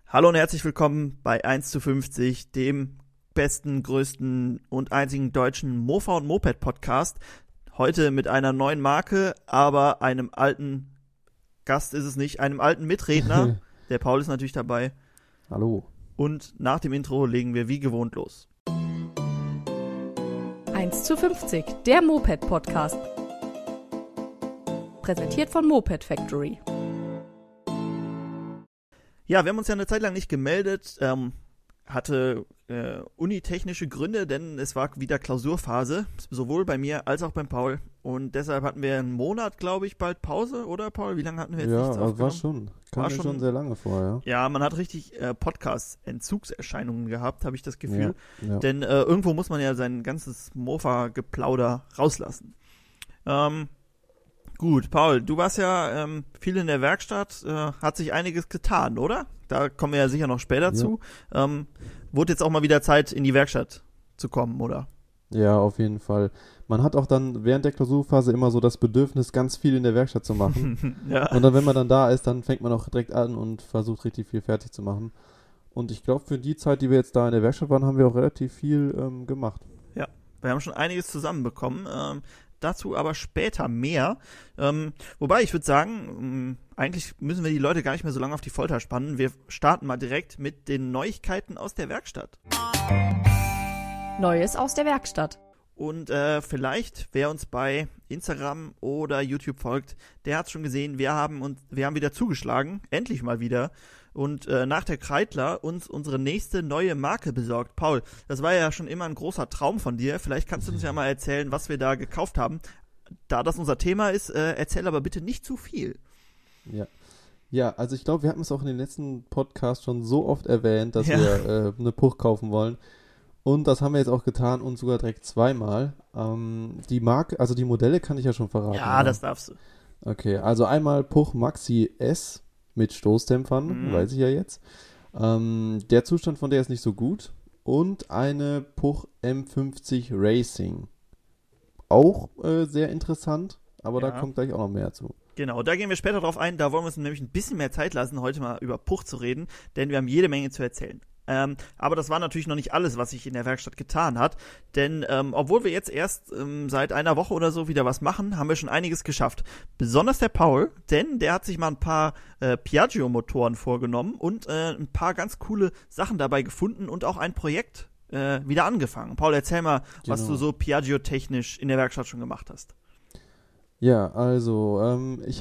Hallo und herzlich willkommen bei 1:50, dem besten, größten und einzigen deutschen Mofa- und Moped-Podcast. Heute mit einer neuen Marke, aber einem alten Gast ist es nicht, einem alten Mitredner. Der Paul ist natürlich dabei. Hallo. Und nach dem Intro legen wir wie gewohnt los. 1:50, der Moped-Podcast. Präsentiert von Moped Factory. Ja, wir haben uns ja eine Zeit lang nicht gemeldet, hatte unitechnische Gründe, denn es war wieder Klausurphase, sowohl bei mir als auch beim Paul. Und deshalb hatten wir einen Monat, glaube ich, bald Pause, oder Paul? Wie lange hatten wir jetzt nichts aufgenommen? Ja, war schon. Kam mir schon sehr lange vor, ja. Ja, man hat richtig Podcast-Entzugserscheinungen gehabt, habe ich das Gefühl. Ja. Denn irgendwo muss man ja sein ganzes Mofa-Geplauder rauslassen. Gut, Paul, du warst ja viel in der Werkstatt, hat sich einiges getan, oder? Da kommen wir ja sicher noch später zu. Wurde jetzt auch mal wieder Zeit, in die Werkstatt zu kommen, oder? Ja, auf jeden Fall. Man hat auch dann während der Klausurphase immer so das Bedürfnis, ganz viel in der Werkstatt zu machen. Ja. Und dann, wenn man dann da ist, dann fängt man auch direkt an und versucht richtig viel fertig zu machen. Und ich glaube, für die Zeit, die wir jetzt da in der Werkstatt waren, haben wir auch relativ viel gemacht. Ja, wir haben schon einiges zusammenbekommen. Dazu aber später mehr. Wobei, ich würde sagen, eigentlich müssen wir die Leute gar nicht mehr so lange auf die Folter spannen. Wir starten mal direkt mit den Neuigkeiten aus der Werkstatt. Neues aus der Werkstatt. Und vielleicht, wer uns bei Instagram oder YouTube folgt, der hat schon gesehen, wir haben wieder zugeschlagen, endlich mal wieder. Und nach der Kreidler uns unsere nächste neue Marke besorgt. Paul, das war ja schon immer ein großer Traum von dir. Vielleicht kannst du uns ja mal erzählen, was wir da gekauft haben. Da das unser Thema ist, erzähl aber bitte nicht zu viel. Ja, also ich glaube, wir hatten es auch in den letzten Podcasts schon so oft erwähnt, dass wir eine Puch kaufen wollen. Und das haben wir jetzt auch getan und sogar direkt zweimal. Die Marke, also die Modelle kann ich ja schon verraten. Ja, das darfst du. Okay, also einmal Puch Maxi S mit Stoßdämpfern, weiß ich ja jetzt. Der Zustand von der ist nicht so gut. Und eine Puch M50 Racing. Auch sehr interessant, aber da kommt gleich auch noch mehr zu. Genau, da gehen wir später drauf ein. Da wollen wir uns nämlich ein bisschen mehr Zeit lassen, heute mal über Puch zu reden, denn wir haben jede Menge zu erzählen. Aber das war natürlich noch nicht alles, was sich in der Werkstatt getan hat, denn obwohl wir jetzt erst seit einer Woche oder so wieder was machen, haben wir schon einiges geschafft. Besonders der Paul, denn der hat sich mal ein paar Piaggio-Motoren vorgenommen und ein paar ganz coole Sachen dabei gefunden und auch ein Projekt wieder angefangen. Paul, erzähl mal, was du so Piaggio-technisch in der Werkstatt schon gemacht hast. Ja, also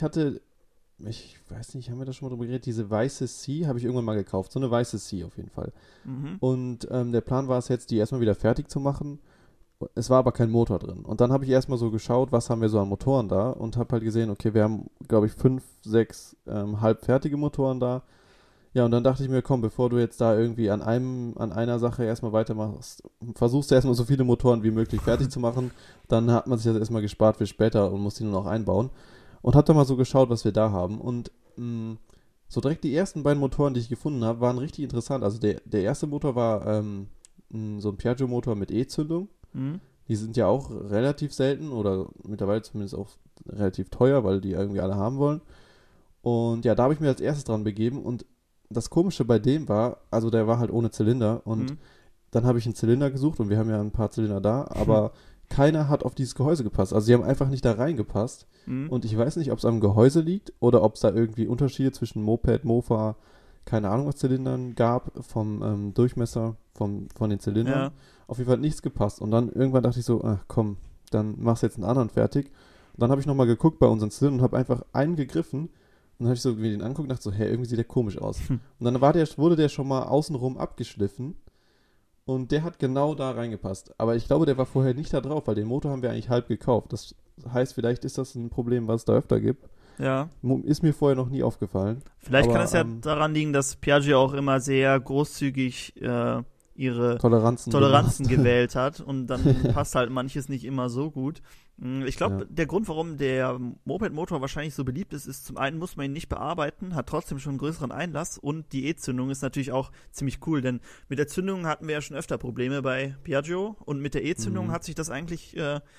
ich weiß nicht, haben wir da schon mal drüber geredet? Diese weiße C habe ich irgendwann mal gekauft. So eine weiße C auf jeden Fall. Und der Plan war es jetzt, die erstmal wieder fertig zu machen. Es war aber kein Motor drin. Und dann habe ich erstmal so geschaut, was haben wir so an Motoren da und habe halt gesehen, okay, wir haben, glaube ich, 5, 6 halbfertige Motoren da. Ja, und dann dachte ich mir, komm, bevor du jetzt da irgendwie an einer Sache erstmal weitermachst, versuchst du erstmal so viele Motoren wie möglich fertig zu machen. Dann hat man sich das erstmal gespart für später und muss die nur noch einbauen. Und hab dann mal so geschaut, was wir da haben. Und so direkt die ersten beiden Motoren, die ich gefunden habe, waren richtig interessant. Also der erste Motor war so ein Piaggio-Motor mit E-Zündung. Die sind ja auch relativ selten oder mittlerweile zumindest auch relativ teuer, weil die irgendwie alle haben wollen. Und ja, da habe ich mir als erstes dran begeben. Und das Komische bei dem war, also der war halt ohne Zylinder. Und dann habe ich einen Zylinder gesucht und wir haben ja ein paar Zylinder da, aber keiner hat auf dieses Gehäuse gepasst. Also sie haben einfach nicht da reingepasst. Und ich weiß nicht, ob es am Gehäuse liegt oder ob es da irgendwie Unterschiede zwischen Moped, Mofa, keine Ahnung was Zylindern gab, vom Durchmesser von den Zylindern. Ja. Auf jeden Fall hat nichts gepasst. Und dann irgendwann dachte ich so, ach komm, dann machst du jetzt einen anderen fertig. Und dann habe ich nochmal geguckt bei unseren Zylindern und habe einfach einen gegriffen. Und dann habe ich so irgendwie den angeguckt und dachte so, hä, irgendwie sieht der komisch aus. Und dann wurde der schon mal außenrum abgeschliffen. Und der hat genau da reingepasst. Aber ich glaube, der war vorher nicht da drauf, weil den Motor haben wir eigentlich halb gekauft. Das heißt, vielleicht ist das ein Problem, was es da öfter gibt. Ja. Ist mir vorher noch nie aufgefallen. Vielleicht aber, kann es ja daran liegen, dass Piaggio auch immer sehr großzügig ihre Toleranzen gewählt hat und dann passt halt manches nicht immer so gut. Ich glaube, der Grund, warum der Moped-Motor wahrscheinlich so beliebt ist, zum einen muss man ihn nicht bearbeiten, hat trotzdem schon einen größeren Einlass und die E-Zündung ist natürlich auch ziemlich cool, denn mit der Zündung hatten wir ja schon öfter Probleme bei Piaggio und mit der E-Zündung hat sich das eigentlich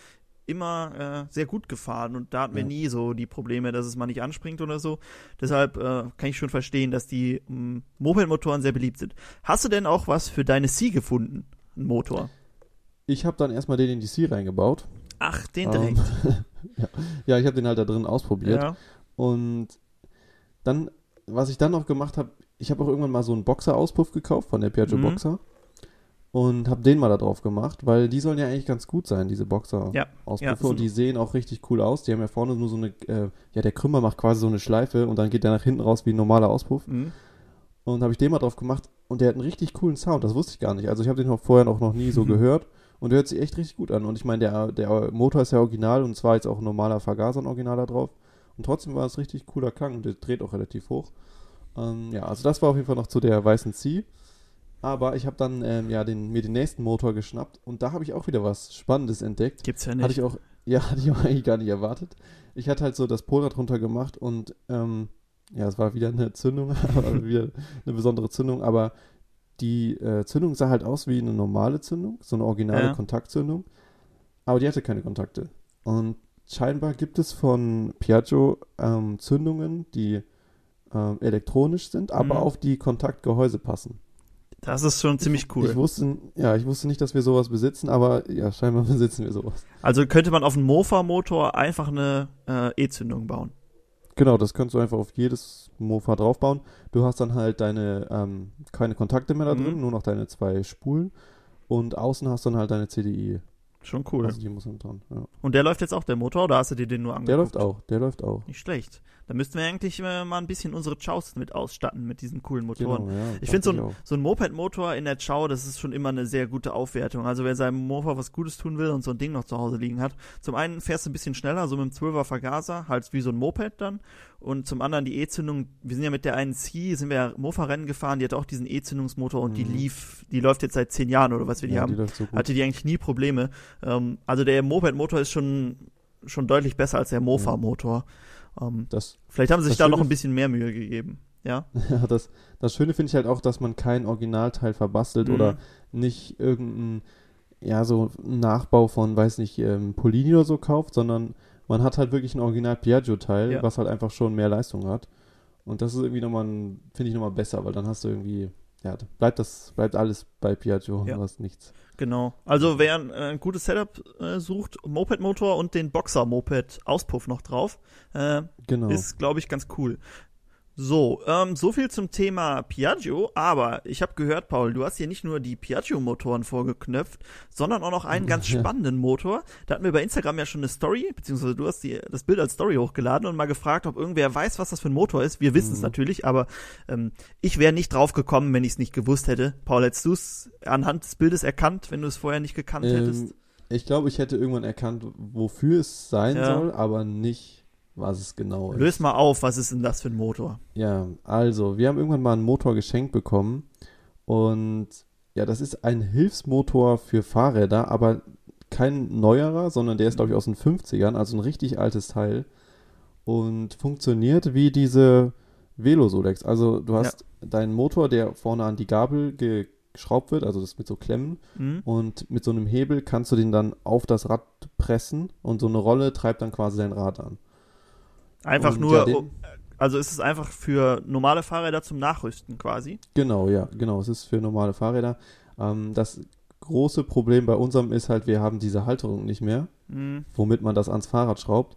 immer sehr gut gefahren und da hatten wir nie so die Probleme, dass es mal nicht anspringt oder so. Deshalb kann ich schon verstehen, dass die Moped-Motoren sehr beliebt sind. Hast du denn auch was für deine C gefunden, einen Motor? Ich habe dann erstmal den in die C reingebaut. Ach, den direkt. Ja, ich habe den halt da drin ausprobiert. Ja. Und dann, was ich dann noch gemacht habe, ich habe auch irgendwann mal so einen Boxer-Auspuff gekauft von der Piaggio Boxer und habe den mal da drauf gemacht, weil die sollen ja eigentlich ganz gut sein, diese Boxer-Auspuffe, und die sehen auch richtig cool aus. Die haben ja vorne nur so eine, der Krümmer macht quasi so eine Schleife und dann geht der nach hinten raus wie ein normaler Auspuff. Und habe ich den mal drauf gemacht und der hat einen richtig coolen Sound, das wusste ich gar nicht. Also ich habe den vorher noch nie so gehört und der hört sich echt richtig gut an. Und ich meine, der Motor ist ja original und zwar jetzt auch ein normaler Vergaser, ein Originaler drauf. Und trotzdem war es richtig cooler Klang und der dreht auch relativ hoch. Also das war auf jeden Fall noch zu der weißen C. Aber ich habe dann mir den nächsten Motor geschnappt und da habe ich auch wieder was Spannendes entdeckt. Gibt's ja nicht. Hatte ich auch eigentlich gar nicht erwartet. Ich hatte halt so das Polrad runter gemacht und es war wieder eine Zündung, wieder eine besondere Zündung, aber die Zündung sah halt aus wie eine normale Zündung, so eine originale Kontaktzündung, aber die hatte keine Kontakte. Und scheinbar gibt es von Piaggio Zündungen, die elektronisch sind, aber auf die Kontaktgehäuse passen. Das ist schon ziemlich cool. Ich wusste nicht, dass wir sowas besitzen, aber ja, scheinbar besitzen wir sowas. Also könnte man auf einen Mofa-Motor einfach eine E-Zündung bauen. Genau, das kannst du einfach auf jedes Mofa draufbauen. Du hast dann halt deine keine Kontakte mehr da drin, nur noch deine 2 Spulen und außen hast du dann halt deine CDI. Schon cool. Also die muss dann dran, ja. Und der läuft jetzt auch, der Motor, oder hast du dir den nur angeguckt? Der läuft auch. Nicht schlecht. Da müssten wir eigentlich mal ein bisschen unsere Chows mit ausstatten, mit diesen coolen Motoren. Genau, ja, ich finde so ein Moped-Motor in der Chow, das ist schon immer eine sehr gute Aufwertung. Also wer seinem Mofa was Gutes tun will und so ein Ding noch zu Hause liegen hat, zum einen fährst du ein bisschen schneller, so mit dem 12er Vergaser, halt wie so ein Moped dann. Und zum anderen die E-Zündung, wir sind ja mit der einen C, sind wir ja Mofa-Rennen gefahren, die hat auch diesen E-Zündungsmotor und die läuft jetzt seit 10 Jahren oder was wir die haben. So hatte die eigentlich nie Probleme. Also der Moped-Motor ist schon deutlich besser als der Mofa-Motor. Vielleicht haben sie sich da noch ein bisschen mehr Mühe gegeben. Ja, ja, das Schöne finde ich halt auch, dass man kein Originalteil verbastelt oder nicht irgendein, so ein Nachbau von, weiß nicht, Polini oder so kauft, sondern man hat halt wirklich ein Original Piaggio-Teil, was halt einfach schon mehr Leistung hat. Und das ist irgendwie finde ich nochmal besser, weil dann hast du irgendwie, bleibt alles bei Piaggio, du hast nichts. Genau. Also wer ein gutes Setup sucht, Moped-Motor und den Boxer-Moped-Auspuff noch drauf, ist, glaube ich, ganz cool. So, so viel zum Thema Piaggio, aber ich habe gehört, Paul, du hast hier nicht nur die Piaggio-Motoren vorgeknöpft, sondern auch noch einen ganz spannenden Motor. Da hatten wir bei Instagram ja schon eine Story, beziehungsweise du hast das Bild als Story hochgeladen und mal gefragt, ob irgendwer weiß, was das für ein Motor ist. Wir wissen es natürlich, aber ich wäre nicht drauf gekommen, wenn ich es nicht gewusst hätte. Paul, hättest du es anhand des Bildes erkannt, wenn du es vorher nicht gekannt hättest? Ich glaube, ich hätte irgendwann erkannt, wofür es sein soll, aber nicht, was es genau ist. Löse mal auf, was ist denn das für ein Motor? Ja, also, wir haben irgendwann mal einen Motor geschenkt bekommen und das ist ein Hilfsmotor für Fahrräder, aber kein neuerer, sondern der ist, glaube ich, aus den 50ern, also ein richtig altes Teil und funktioniert wie diese Velosolex. Also, du hast deinen Motor, der vorne an die Gabel geschraubt wird, also das mit so Klemmen und mit so einem Hebel kannst du den dann auf das Rad pressen und so eine Rolle treibt dann quasi dein Rad an. Einfach also ist es einfach für normale Fahrräder zum Nachrüsten quasi? Genau, es ist für normale Fahrräder. Das große Problem bei unserem ist halt, wir haben diese Halterung nicht mehr, womit man das ans Fahrrad schraubt.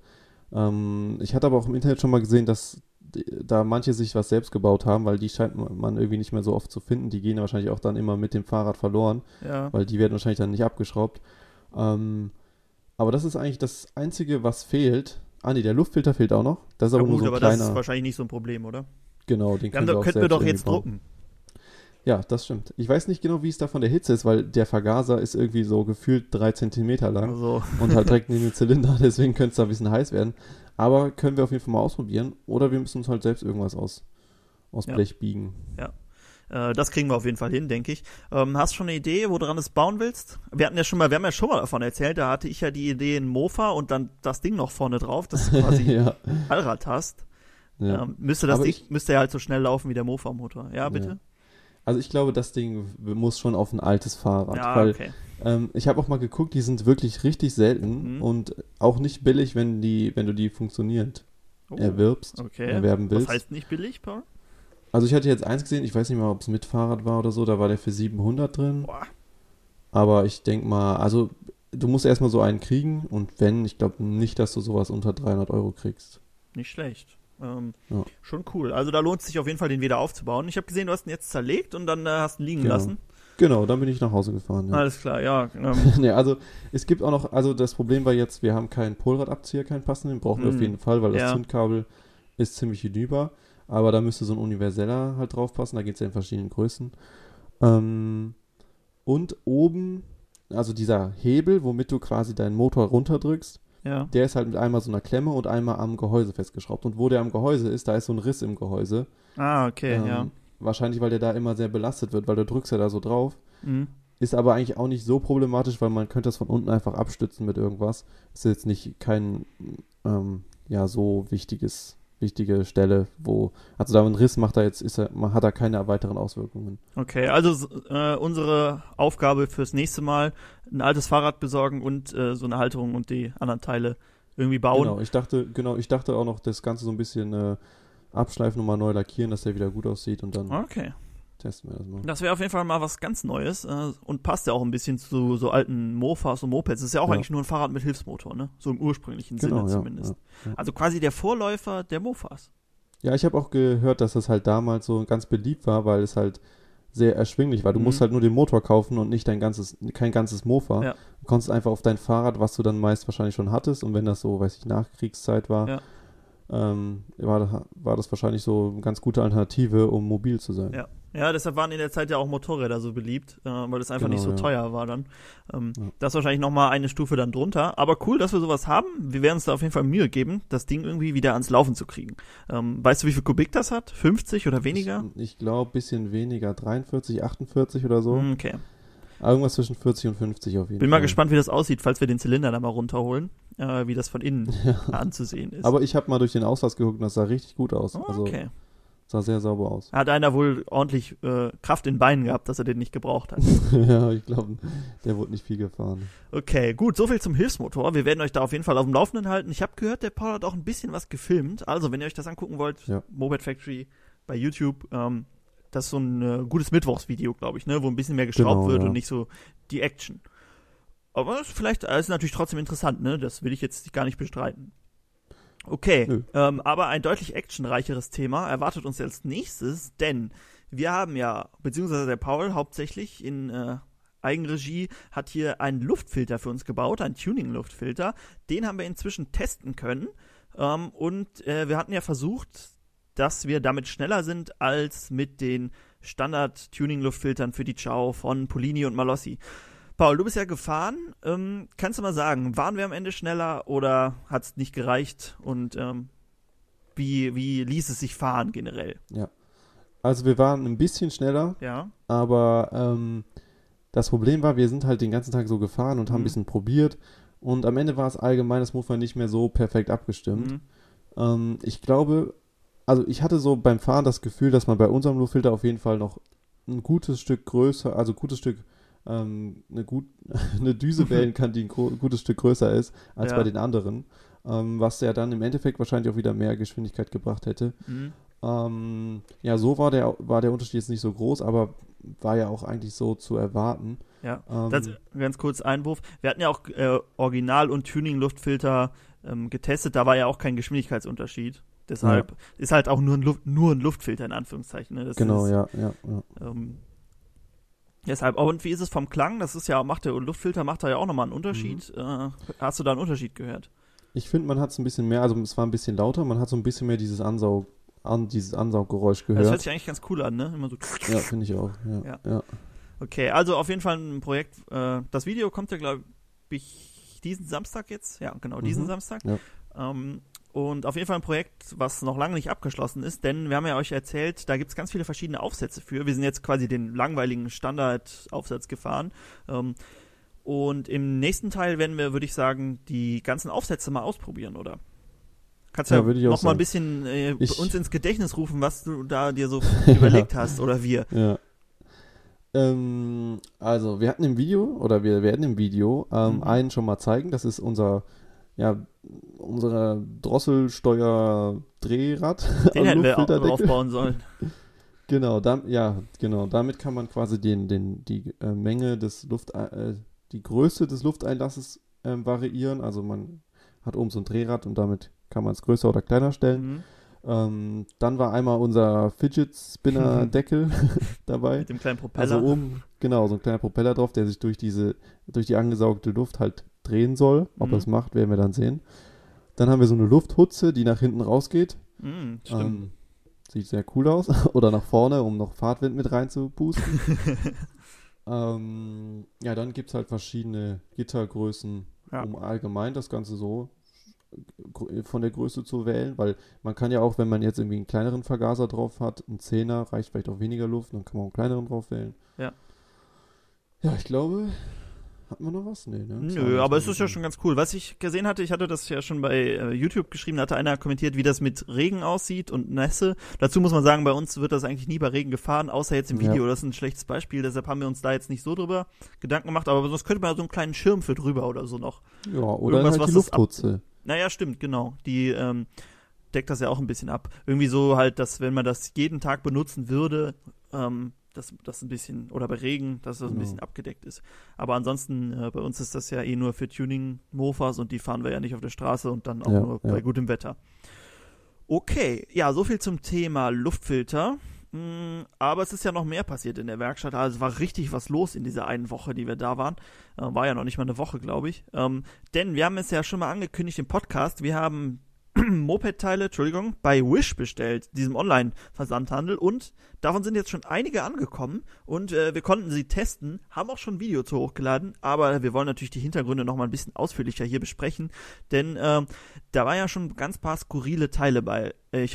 Ich hatte aber auch im Internet schon mal gesehen, dass da manche sich was selbst gebaut haben, weil die scheint man irgendwie nicht mehr so oft zu finden. Die gehen ja wahrscheinlich auch dann immer mit dem Fahrrad verloren, weil die werden wahrscheinlich dann nicht abgeschraubt. Aber das ist eigentlich das Einzige, was fehlt. Nee, der Luftfilter fehlt auch noch. Das ist aber nur so ein kleiner. Das ist wahrscheinlich nicht so ein Problem, oder? Genau, den könnten wir doch jetzt drucken. Ja, das stimmt. Ich weiß nicht genau, wie es da von der Hitze ist, weil der Vergaser ist irgendwie so gefühlt 3 Zentimeter lang und halt direkt neben dem Zylinder, deswegen könnte es da ein bisschen heiß werden. Aber können wir auf jeden Fall mal ausprobieren oder wir müssen uns halt selbst irgendwas aus Blech biegen. Ja. Das kriegen wir auf jeden Fall hin, denke ich. Hast du schon eine Idee, woran du es bauen willst? Wir haben ja schon mal davon erzählt, da hatte ich ja die Idee, ein Mofa und dann das Ding noch vorne drauf, dass du quasi Allrad hast. Müsste ja halt so schnell laufen wie der Mofa-Motor. Ja, bitte? Also ich glaube, das Ding muss schon auf ein altes Fahrrad, Ja, weil okay. ich habe auch mal geguckt, die sind wirklich richtig selten und auch nicht billig, wenn du die funktionierend erwerben willst. Was heißt nicht billig, Paul? Also ich hatte jetzt eins gesehen, ich weiß nicht mal, ob es mit Fahrrad war oder so, da war der für 700 drin. Boah. Aber ich denke mal, also du musst erstmal so einen kriegen und wenn, ich glaube nicht, dass du sowas unter 300 € kriegst. Nicht schlecht. Ja. Schon cool. Also da lohnt es sich auf jeden Fall, den wieder aufzubauen. Ich habe gesehen, du hast ihn jetzt zerlegt und dann hast ihn liegen lassen. Genau, dann bin ich nach Hause gefahren. Ja. Alles klar, ja. Nee, also es gibt auch noch, also das Problem war jetzt, wir haben keinen Polradabzieher, keinen passenden, brauchen wir auf jeden Fall, weil das Zündkabel ist ziemlich hinüber, aber da müsste so ein universeller halt drauf passen, da geht es ja in verschiedenen Größen. Und oben, also dieser Hebel, womit du quasi deinen Motor runterdrückst, der ist halt mit einmal so einer Klemme und einmal am Gehäuse festgeschraubt. Und wo der am Gehäuse ist, da ist so ein Riss im Gehäuse. Ah, okay, Wahrscheinlich, weil der da immer sehr belastet wird, weil du drückst ja da so drauf. Ist aber eigentlich auch nicht so problematisch, weil man könnte das von unten einfach abstützen mit irgendwas. Ist jetzt nicht kein so wichtige Stelle, wo, also da ein Riss macht er jetzt, hat er keine weiteren Auswirkungen. Okay, also unsere Aufgabe fürs nächste Mal, ein altes Fahrrad besorgen und so eine Halterung und die anderen Teile irgendwie bauen. Genau, ich dachte auch noch, das Ganze so ein bisschen abschleifen und mal neu lackieren, dass der wieder gut aussieht und dann testen wir das mal. Das wäre auf jeden Fall mal was ganz Neues und passt ja auch ein bisschen zu so alten Mofas und Mopeds. Das ist ja auch eigentlich nur ein Fahrrad mit Hilfsmotor, ne? So im ursprünglichen Sinne zumindest. Ja. Also quasi der Vorläufer der Mofas. Ja, ich habe auch gehört, dass das halt damals so ganz beliebt war, weil es halt sehr erschwinglich war. Du musst halt nur den Motor kaufen und nicht kein ganzes Mofa. Ja. Du konntest einfach auf dein Fahrrad, was du dann meist wahrscheinlich schon hattest und wenn das so, Nachkriegszeit war, war das wahrscheinlich so eine ganz gute Alternative, um mobil zu sein. Ja, deshalb waren in der Zeit ja auch Motorräder so beliebt, weil das einfach nicht so teuer war dann. Das ist wahrscheinlich nochmal eine Stufe dann drunter. Aber cool, dass wir sowas haben. Wir werden uns da auf jeden Fall Mühe geben, das Ding irgendwie wieder ans Laufen zu kriegen. Weißt du, wie viel Kubik das hat? 50 oder weniger? Ich glaube, ein bisschen weniger. 43, 48 oder so. Okay. Irgendwas zwischen 40 und 50 auf jeden Fall. Bin mal gespannt, wie das aussieht, falls wir den Zylinder da mal runterholen, wie das von innen anzusehen ist. Aber ich habe mal durch den Auslass geguckt und das sah richtig gut aus. Okay. Sah sehr sauber aus. Hat einer wohl ordentlich Kraft in den Beinen gehabt, dass er den nicht gebraucht hat. Ja, ich glaube, der wurde nicht viel gefahren. Okay, gut, soviel zum Hilfsmotor. Wir werden euch da auf jeden Fall auf dem Laufenden halten. Ich habe gehört, der Paul hat auch ein bisschen was gefilmt. Also, wenn ihr euch das angucken wollt, Moped Factory bei YouTube, das ist so ein gutes Mittwochsvideo, glaube ich, ne, wo ein bisschen mehr geschraubt wird und nicht so die Action. Aber vielleicht ist natürlich trotzdem interessant, ne? Das will ich jetzt gar nicht bestreiten. Okay, aber ein deutlich actionreicheres Thema erwartet uns als nächstes, denn wir haben beziehungsweise der Paul hauptsächlich in Eigenregie hat hier einen Luftfilter für uns gebaut, einen Tuning-Luftfilter. Den haben wir inzwischen testen können und wir hatten ja versucht, dass wir damit schneller sind als mit den Standard-Tuning-Luftfiltern für die Ciao von Polini und Malossi. Paul, du bist ja gefahren. Kannst du mal sagen, waren wir am Ende schneller oder hat es nicht gereicht? Und wie ließ es sich fahren generell? Ja, also wir waren ein bisschen schneller, aber das Problem war, wir sind halt den ganzen Tag so gefahren und haben ein bisschen probiert. Und am Ende war es allgemein, das Mofa nicht mehr so perfekt abgestimmt. Ich glaube, also ich hatte so beim Fahren das Gefühl, dass man bei unserem Luftfilter auf jeden Fall noch ein gutes Stück größer, also gutes Stück eine Düse wählen kann, die ein gutes Stück größer ist als bei den anderen, was ja dann im Endeffekt wahrscheinlich auch wieder mehr Geschwindigkeit gebracht hätte. So war der Unterschied jetzt nicht so groß, aber war ja auch eigentlich so zu erwarten. Ja, das ganz kurz Einwurf. Wir hatten ja auch Original- und Tuning-Luftfilter getestet, da war ja auch kein Geschwindigkeitsunterschied. Deshalb ist halt auch nur ein Luftfilter in Anführungszeichen. Ne? Deshalb, und wie ist es vom Klang? Das ist ja, der Luftfilter macht da ja auch nochmal einen Unterschied. Hast du da einen Unterschied gehört? Ich finde, man hat es ein bisschen mehr, also es war ein bisschen lauter, man hat so ein bisschen mehr dieses Ansauggeräusch gehört. Das hört sich eigentlich ganz cool an, ne? Immer so. Ja, finde ich auch. Ja. Okay, also auf jeden Fall ein Projekt. Das Video kommt ja, glaube ich, diesen Samstag jetzt. Ja, genau, diesen Samstag. Ja. Und auf jeden Fall ein Projekt, was noch lange nicht abgeschlossen ist, denn wir haben ja euch erzählt, da gibt es ganz viele verschiedene Aufsätze für. Wir sind jetzt quasi den langweiligen Standardaufsatz gefahren. Und im nächsten Teil werden wir, würde ich sagen, die ganzen Aufsätze mal ausprobieren, oder? Kannst du noch mal ein bisschen uns ins Gedächtnis rufen, was du da dir so überlegt hast, oder wir? Ja. Also, wir hatten im Video, oder wir werden im Video einen schon mal zeigen. Das ist unser Drosselsteuer-Drehrad. Den hätten wir auch draufbauen sollen. Genau, damit kann man quasi die Menge des die Größe des Lufteinlasses variieren. Also man hat oben so ein Drehrad und damit kann man es größer oder kleiner stellen. Dann war einmal unser Fidget Spinner Deckel dabei. Mit dem kleinen Propeller. Also oben, genau, so ein kleiner Propeller drauf, der sich durch die angesaugte Luft halt drehen soll. Ob er es macht, werden wir dann sehen. Dann haben wir so eine Lufthutze, die nach hinten rausgeht. Stimmt. Sieht sehr cool aus. Oder nach vorne, um noch Fahrtwind mit rein zu boosten. Dann gibt es halt verschiedene Gittergrößen, um allgemein das Ganze so von der Größe zu wählen, weil man kann ja auch, wenn man jetzt irgendwie einen kleineren Vergaser drauf hat, einen 10er, reicht vielleicht auch weniger Luft, dann kann man auch einen kleineren drauf wählen. Ja. Ja, ich glaube, hatten wir noch was? Nee, ne? Nö, aber es ist ja schon ganz cool. Was ich gesehen hatte, ich hatte das ja schon bei YouTube geschrieben, da hatte einer kommentiert, wie das mit Regen aussieht und Nässe. Dazu muss man sagen, bei uns wird das eigentlich nie bei Regen gefahren, außer jetzt im Video. Das ist ein schlechtes Beispiel, deshalb haben wir uns da jetzt nicht so drüber Gedanken gemacht, aber sonst könnte man so einen kleinen Schirm für drüber oder so noch. Ja, oder halt die Lufthutze. Naja, stimmt, genau. Die deckt das ja auch ein bisschen ab. Irgendwie so halt, dass wenn man das jeden Tag benutzen würde, dass ein bisschen, oder bei Regen, dass das ein bisschen abgedeckt ist. Aber ansonsten, bei uns ist das ja eh nur für Tuning-Mofas und die fahren wir ja nicht auf der Straße und dann auch nur bei gutem Wetter. Okay, ja, so viel zum Thema Luftfilter. Aber es ist ja noch mehr passiert in der Werkstatt. Also es war richtig was los in dieser einen Woche, die wir da waren. War ja noch nicht mal eine Woche, glaube ich. Denn wir haben es ja schon mal angekündigt im Podcast. Wir haben Moped-Teile, bei Wish bestellt, diesem Online-Versandhandel. Und davon sind jetzt schon einige angekommen. Und wir konnten sie testen, haben auch schon ein Video zu hochgeladen. Aber wir wollen natürlich die Hintergründe noch mal ein bisschen ausführlicher hier besprechen. Denn da war ja schon ein ganz paar skurrile Teile bei. Ich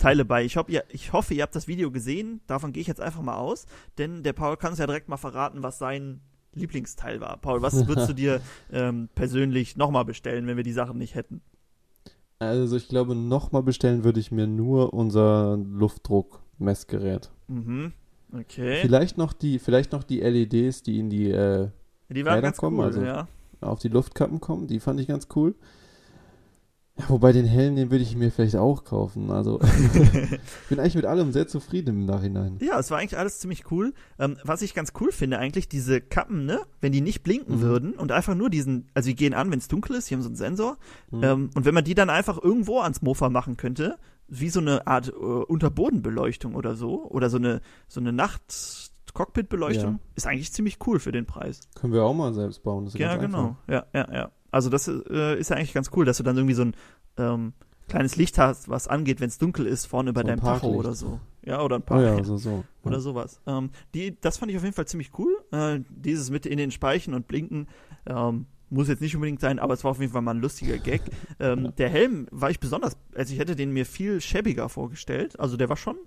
hoffe, ihr habt das Video gesehen. Davon gehe ich jetzt einfach mal aus. Denn der Paul kann es ja direkt mal verraten, was sein Lieblingsteil war. Paul, was würdest du dir persönlich nochmal bestellen, wenn wir die Sachen nicht hätten? Also ich glaube, nochmal bestellen würde ich mir nur unser Luftdruckmessgerät. Okay. Vielleicht noch die LEDs, die in die waren ganz kommen, cool, also auf die Luftkappen kommen, die fand ich ganz cool. Ja, wobei den Helm, den würde ich mir vielleicht auch kaufen. Also ich bin eigentlich mit allem sehr zufrieden im Nachhinein. Ja, es war eigentlich alles ziemlich cool. Was ich ganz cool finde eigentlich, diese Kappen, ne, wenn die nicht blinken würden und einfach nur also die gehen an, wenn es dunkel ist, die haben so einen Sensor. Und wenn man die dann einfach irgendwo ans Mofa machen könnte, wie so eine Art Unterbodenbeleuchtung oder so eine Nacht-Cockpit-Beleuchtung, ist eigentlich ziemlich cool für den Preis. Können wir auch mal selbst bauen. Das ist ja, ganz genau. Einfach. Ja. Also das ist ja eigentlich ganz cool, dass du dann irgendwie so ein kleines Licht hast, was angeht, wenn es dunkel ist, vorne bei deinem Tacho oder so. Ja, oder ein paar. Oder sowas. Das fand ich auf jeden Fall ziemlich cool. Dieses mit in den Speichen und Blinken muss jetzt nicht unbedingt sein, aber es war auf jeden Fall mal ein lustiger Gag. Der Helm war ich ich hätte den mir viel schäbiger vorgestellt. Also der war schon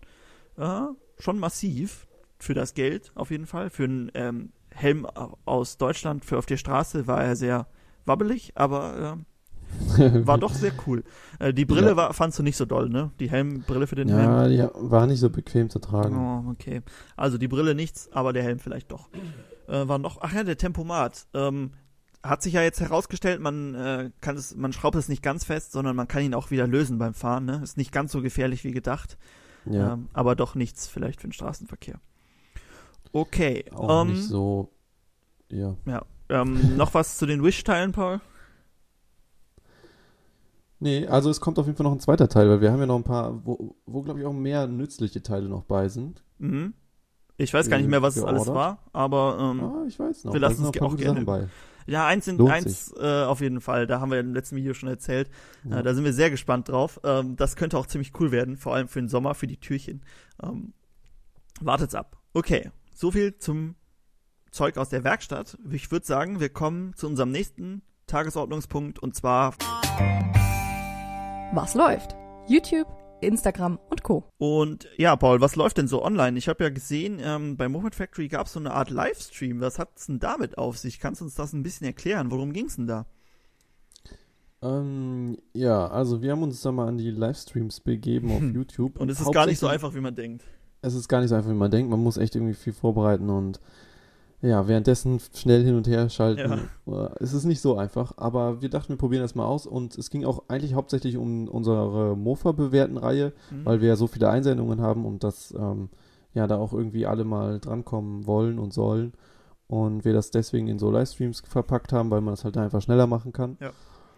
massiv für das Geld auf jeden Fall. Für einen Helm aus Deutschland auf der Straße war er sehr wabbelig, aber war doch sehr cool. Die Brille fandst du nicht so doll, ne? Die Helmbrille für den Helm? Ja, war nicht so bequem zu tragen. Oh, okay. Also die Brille nichts, aber der Helm vielleicht doch. Der Tempomat. Hat sich ja jetzt herausgestellt, man schraubt es nicht ganz fest, sondern man kann ihn auch wieder lösen beim Fahren, ne? Ist nicht ganz so gefährlich wie gedacht. Ja. Aber doch nichts vielleicht für den Straßenverkehr. Okay. Auch nicht so, ja. Noch was zu den Wish-Teilen, Paul? Nee, also es kommt auf jeden Fall noch ein zweiter Teil, weil wir haben ja noch ein paar, wo glaube ich auch mehr nützliche Teile noch bei sind. Ich weiß gar nicht mehr, was es alles war, aber ich weiß noch. Wir lassen es auch gerne. Bei. Ja, eins auf jeden Fall, da haben wir im letzten Video schon erzählt. Ja. Da sind wir sehr gespannt drauf. Das könnte auch ziemlich cool werden, vor allem für den Sommer, für die Türchen. Wartet's ab. Okay, so viel zum Zeug aus der Werkstatt. Ich würde sagen, wir kommen zu unserem nächsten Tagesordnungspunkt und zwar Was läuft? YouTube, Instagram und Co. Und ja, Paul, was läuft denn so online? Ich habe ja gesehen, bei Moped Factory gab es so eine Art Livestream. Was hat's denn damit auf sich? Kannst du uns das ein bisschen erklären? Worum ging's denn da? Ja, also wir haben uns da mal an die Livestreams begeben auf YouTube. Und es ist gar nicht so einfach, wie man denkt. es ist gar nicht so einfach, wie man denkt. Man muss echt irgendwie viel vorbereiten und ja, währenddessen schnell hin und her schalten. Ja. Es ist nicht so einfach, aber wir dachten, wir probieren das mal aus und es ging auch eigentlich hauptsächlich um unsere Mofa-Bewerten-Reihe, weil wir ja so viele Einsendungen haben und das da auch irgendwie alle mal drankommen wollen und sollen und wir das deswegen in so Livestreams verpackt haben, weil man das halt einfach schneller machen kann. Ja.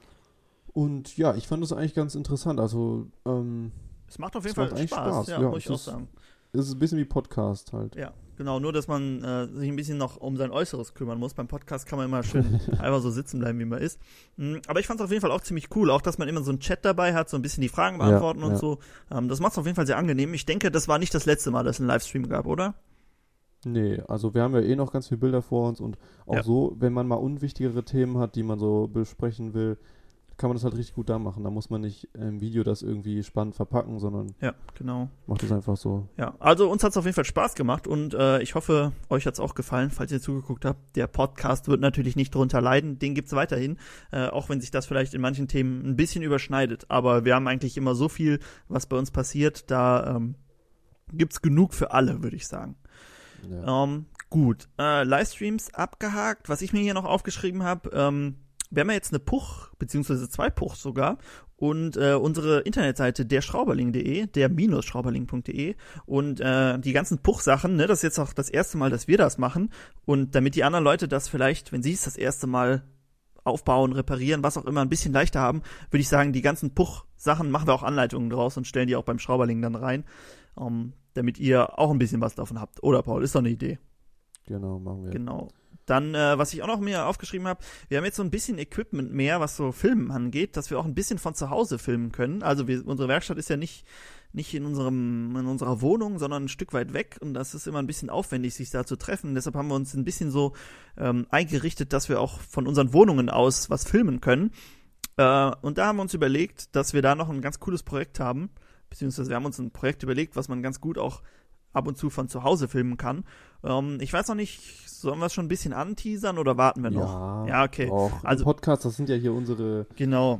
Und ja, ich fand das eigentlich ganz interessant. Also es macht auf jeden Fall Spaß. Ja, muss ich auch sagen. Es ist ein bisschen wie Podcast halt. Ja, genau, nur dass man sich ein bisschen noch um sein Äußeres kümmern muss. Beim Podcast kann man immer schön einfach so sitzen bleiben, wie man ist. Aber ich fand es auf jeden Fall auch ziemlich cool, auch dass man immer so einen Chat dabei hat, so ein bisschen die Fragen beantworten und so. Das macht es auf jeden Fall sehr angenehm. Ich denke, das war nicht das letzte Mal, dass es einen Livestream gab, oder? Nee, also wir haben ja noch ganz viele Bilder vor uns und auch so, wenn man mal unwichtigere Themen hat, die man so besprechen will, kann man das halt richtig gut da machen. Da muss man nicht im Video das irgendwie spannend verpacken, sondern macht es einfach so. Ja, also uns hat es auf jeden Fall Spaß gemacht und ich hoffe, euch hat es auch gefallen, falls ihr zugeguckt habt. Der Podcast wird natürlich nicht drunter leiden, den gibt's weiterhin, auch wenn sich das vielleicht in manchen Themen ein bisschen überschneidet. Aber wir haben eigentlich immer so viel, was bei uns passiert, da gibt's genug für alle, würde ich sagen. Ja. Gut, Livestreams abgehakt. Was ich mir hier noch aufgeschrieben habe, wir haben ja jetzt eine Puch, beziehungsweise 2 Puchs sogar und unsere Internetseite derschrauberling.de, der-schrauberling.de und die ganzen Puch-Sachen, ne, das ist jetzt auch das erste Mal, dass wir das machen und damit die anderen Leute das vielleicht, wenn sie es das erste Mal aufbauen, reparieren, was auch immer, ein bisschen leichter haben, würde ich sagen, die ganzen Puch-Sachen machen wir auch Anleitungen draus und stellen die auch beim Schrauberling dann rein, damit ihr auch ein bisschen was davon habt. Oder Paul, ist doch eine Idee. Genau, machen wir. Genau. Dann, was ich auch noch mir aufgeschrieben habe, wir haben jetzt so ein bisschen Equipment mehr, was so Filmen angeht, dass wir auch ein bisschen von zu Hause filmen können. Also unsere Werkstatt ist ja nicht in unserer Wohnung, sondern ein Stück weit weg und das ist immer ein bisschen aufwendig, sich da zu treffen. Deshalb haben wir uns ein bisschen so eingerichtet, dass wir auch von unseren Wohnungen aus was filmen können. Und da haben wir uns überlegt, dass wir da noch ein ganz cooles Projekt haben, beziehungsweise wir haben uns ein Projekt überlegt, was man ganz gut auch ab und zu von zu Hause filmen kann. Ich weiß noch nicht, sollen wir es schon ein bisschen anteasern oder warten wir noch? Ja, okay. Also Podcast, das sind ja hier unsere. Genau.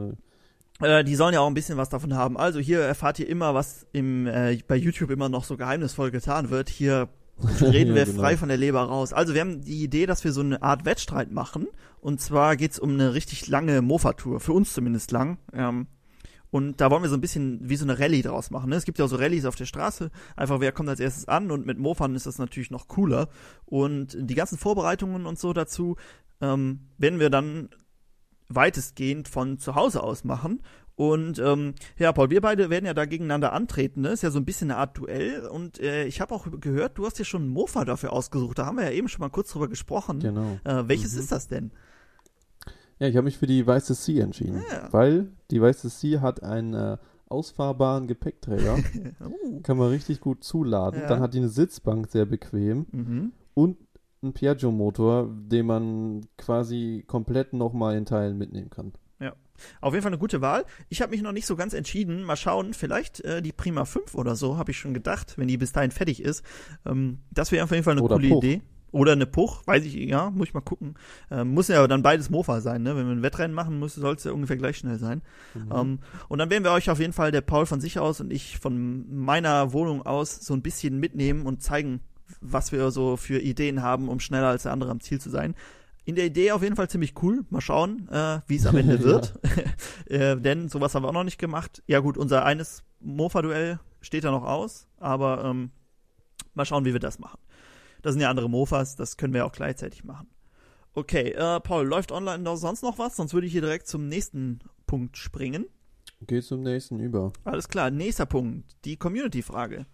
Die sollen ja auch ein bisschen was davon haben. Also hier erfahrt ihr immer, was bei YouTube immer noch so geheimnisvoll getan wird. Hier reden wir frei von der Leber raus. Also wir haben die Idee, dass wir so eine Art Wettstreit machen. Und zwar geht's um eine richtig lange Mofa-Tour. Für uns zumindest lang. Und da wollen wir so ein bisschen wie so eine Rallye draus machen. Ne? Es gibt ja auch so Rallyes auf der Straße. Einfach, wer kommt als erstes an? Und mit Mofan ist das natürlich noch cooler. Und die ganzen Vorbereitungen und so dazu werden wir dann weitestgehend von zu Hause aus machen. Und Paul, wir beide werden ja da gegeneinander antreten. Ne? Ist ja so ein bisschen eine Art Duell. Und ich habe auch gehört, du hast dir schon einen Mofa dafür ausgesucht. Da haben wir ja eben schon mal kurz drüber gesprochen. Genau. Welches ist das denn? Ja, ich habe mich für die Weiße Sea entschieden, weil die Weiße Sea hat einen ausfahrbaren Gepäckträger, kann man richtig gut zuladen, dann hat die eine Sitzbank, sehr bequem und einen Piaggio-Motor, den man quasi komplett nochmal in Teilen mitnehmen kann. Ja, auf jeden Fall eine gute Wahl. Ich habe mich noch nicht so ganz entschieden, mal schauen, vielleicht die Prima 5 oder so, habe ich schon gedacht, wenn die bis dahin fertig ist. Das wäre auf jeden Fall eine coole Idee. Oder eine Puch, weiß ich, ja, muss ich mal gucken. Muss ja dann beides Mofa sein, ne? Wenn wir ein Wettrennen machen, soll es ja ungefähr gleich schnell sein. Und dann werden wir euch auf jeden Fall, der Paul von sich aus und ich von meiner Wohnung aus, so ein bisschen mitnehmen und zeigen, was wir so für Ideen haben, um schneller als der andere am Ziel zu sein. In der Idee auf jeden Fall ziemlich cool. Mal schauen, wie es am Ende wird. Denn sowas haben wir auch noch nicht gemacht. Ja gut, unser eines Mofa-Duell steht da noch aus, aber mal schauen, wie wir das machen. Das sind ja andere Mofas, das können wir auch gleichzeitig machen. Okay, Paul, läuft online noch sonst noch was? Sonst würde ich hier direkt zum nächsten Punkt springen. Geh zum nächsten über. Alles klar, nächster Punkt, die Community-Frage.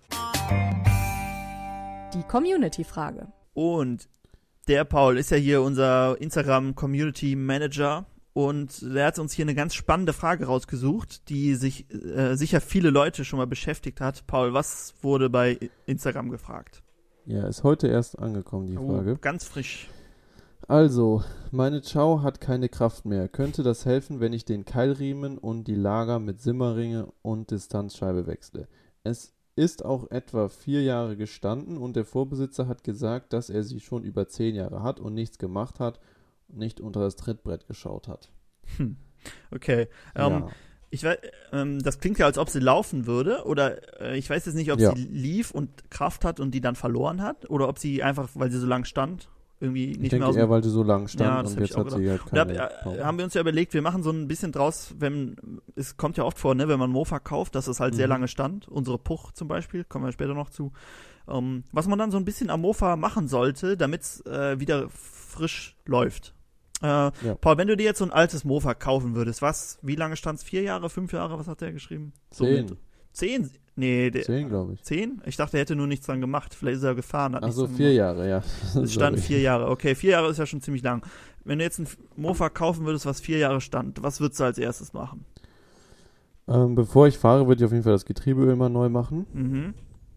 Die Community-Frage. Und der Paul ist ja hier unser Instagram-Community-Manager und der hat uns hier eine ganz spannende Frage rausgesucht, die sich sicher viele Leute schon mal beschäftigt hat. Paul, was wurde bei Instagram gefragt? Ja, ist heute erst angekommen, die Frage. Ganz frisch. Also, meine Chow hat keine Kraft mehr. Könnte das helfen, wenn ich den Keilriemen und die Lager mit Simmerringe und Distanzscheibe wechsle? Es ist auch etwa 4 Jahre gestanden und der Vorbesitzer hat gesagt, dass er sie schon über 10 Jahre hat und nichts gemacht hat und nicht unter das Trittbrett geschaut hat. Okay. Ja. Ich weiß, das klingt ja, als ob sie laufen würde, oder ich weiß jetzt nicht, ob sie lief und Kraft hat und die dann verloren hat, oder ob sie einfach, weil sie so lang stand, irgendwie nicht mehr Ich denke eher, weil sie so lang stand und jetzt hat sie halt keine Da haben wir uns ja überlegt, wir machen so ein bisschen draus, es kommt ja oft vor, ne, wenn man Mofa kauft, dass es halt sehr lange stand, unsere Puch zum Beispiel, kommen wir später noch zu, was man dann so ein bisschen am Mofa machen sollte, damit es wieder frisch läuft. Paul, wenn du dir jetzt so ein altes Mofa kaufen würdest, wie lange stand's? 4 Jahre, 5 Jahre, was hat der geschrieben? 10. 10? Nee, 10, glaube ich. 10? Ich dachte, er hätte nur nichts dran gemacht. Vielleicht ist er gefahren. Also 4 Jahre, ja. Es stand 4 Jahre. Okay, 4 Jahre ist ja schon ziemlich lang. Wenn du jetzt ein Mofa kaufen würdest, was 4 Jahre stand, was würdest du als erstes machen? Bevor ich fahre, würde ich auf jeden Fall das Getriebeöl mal neu machen.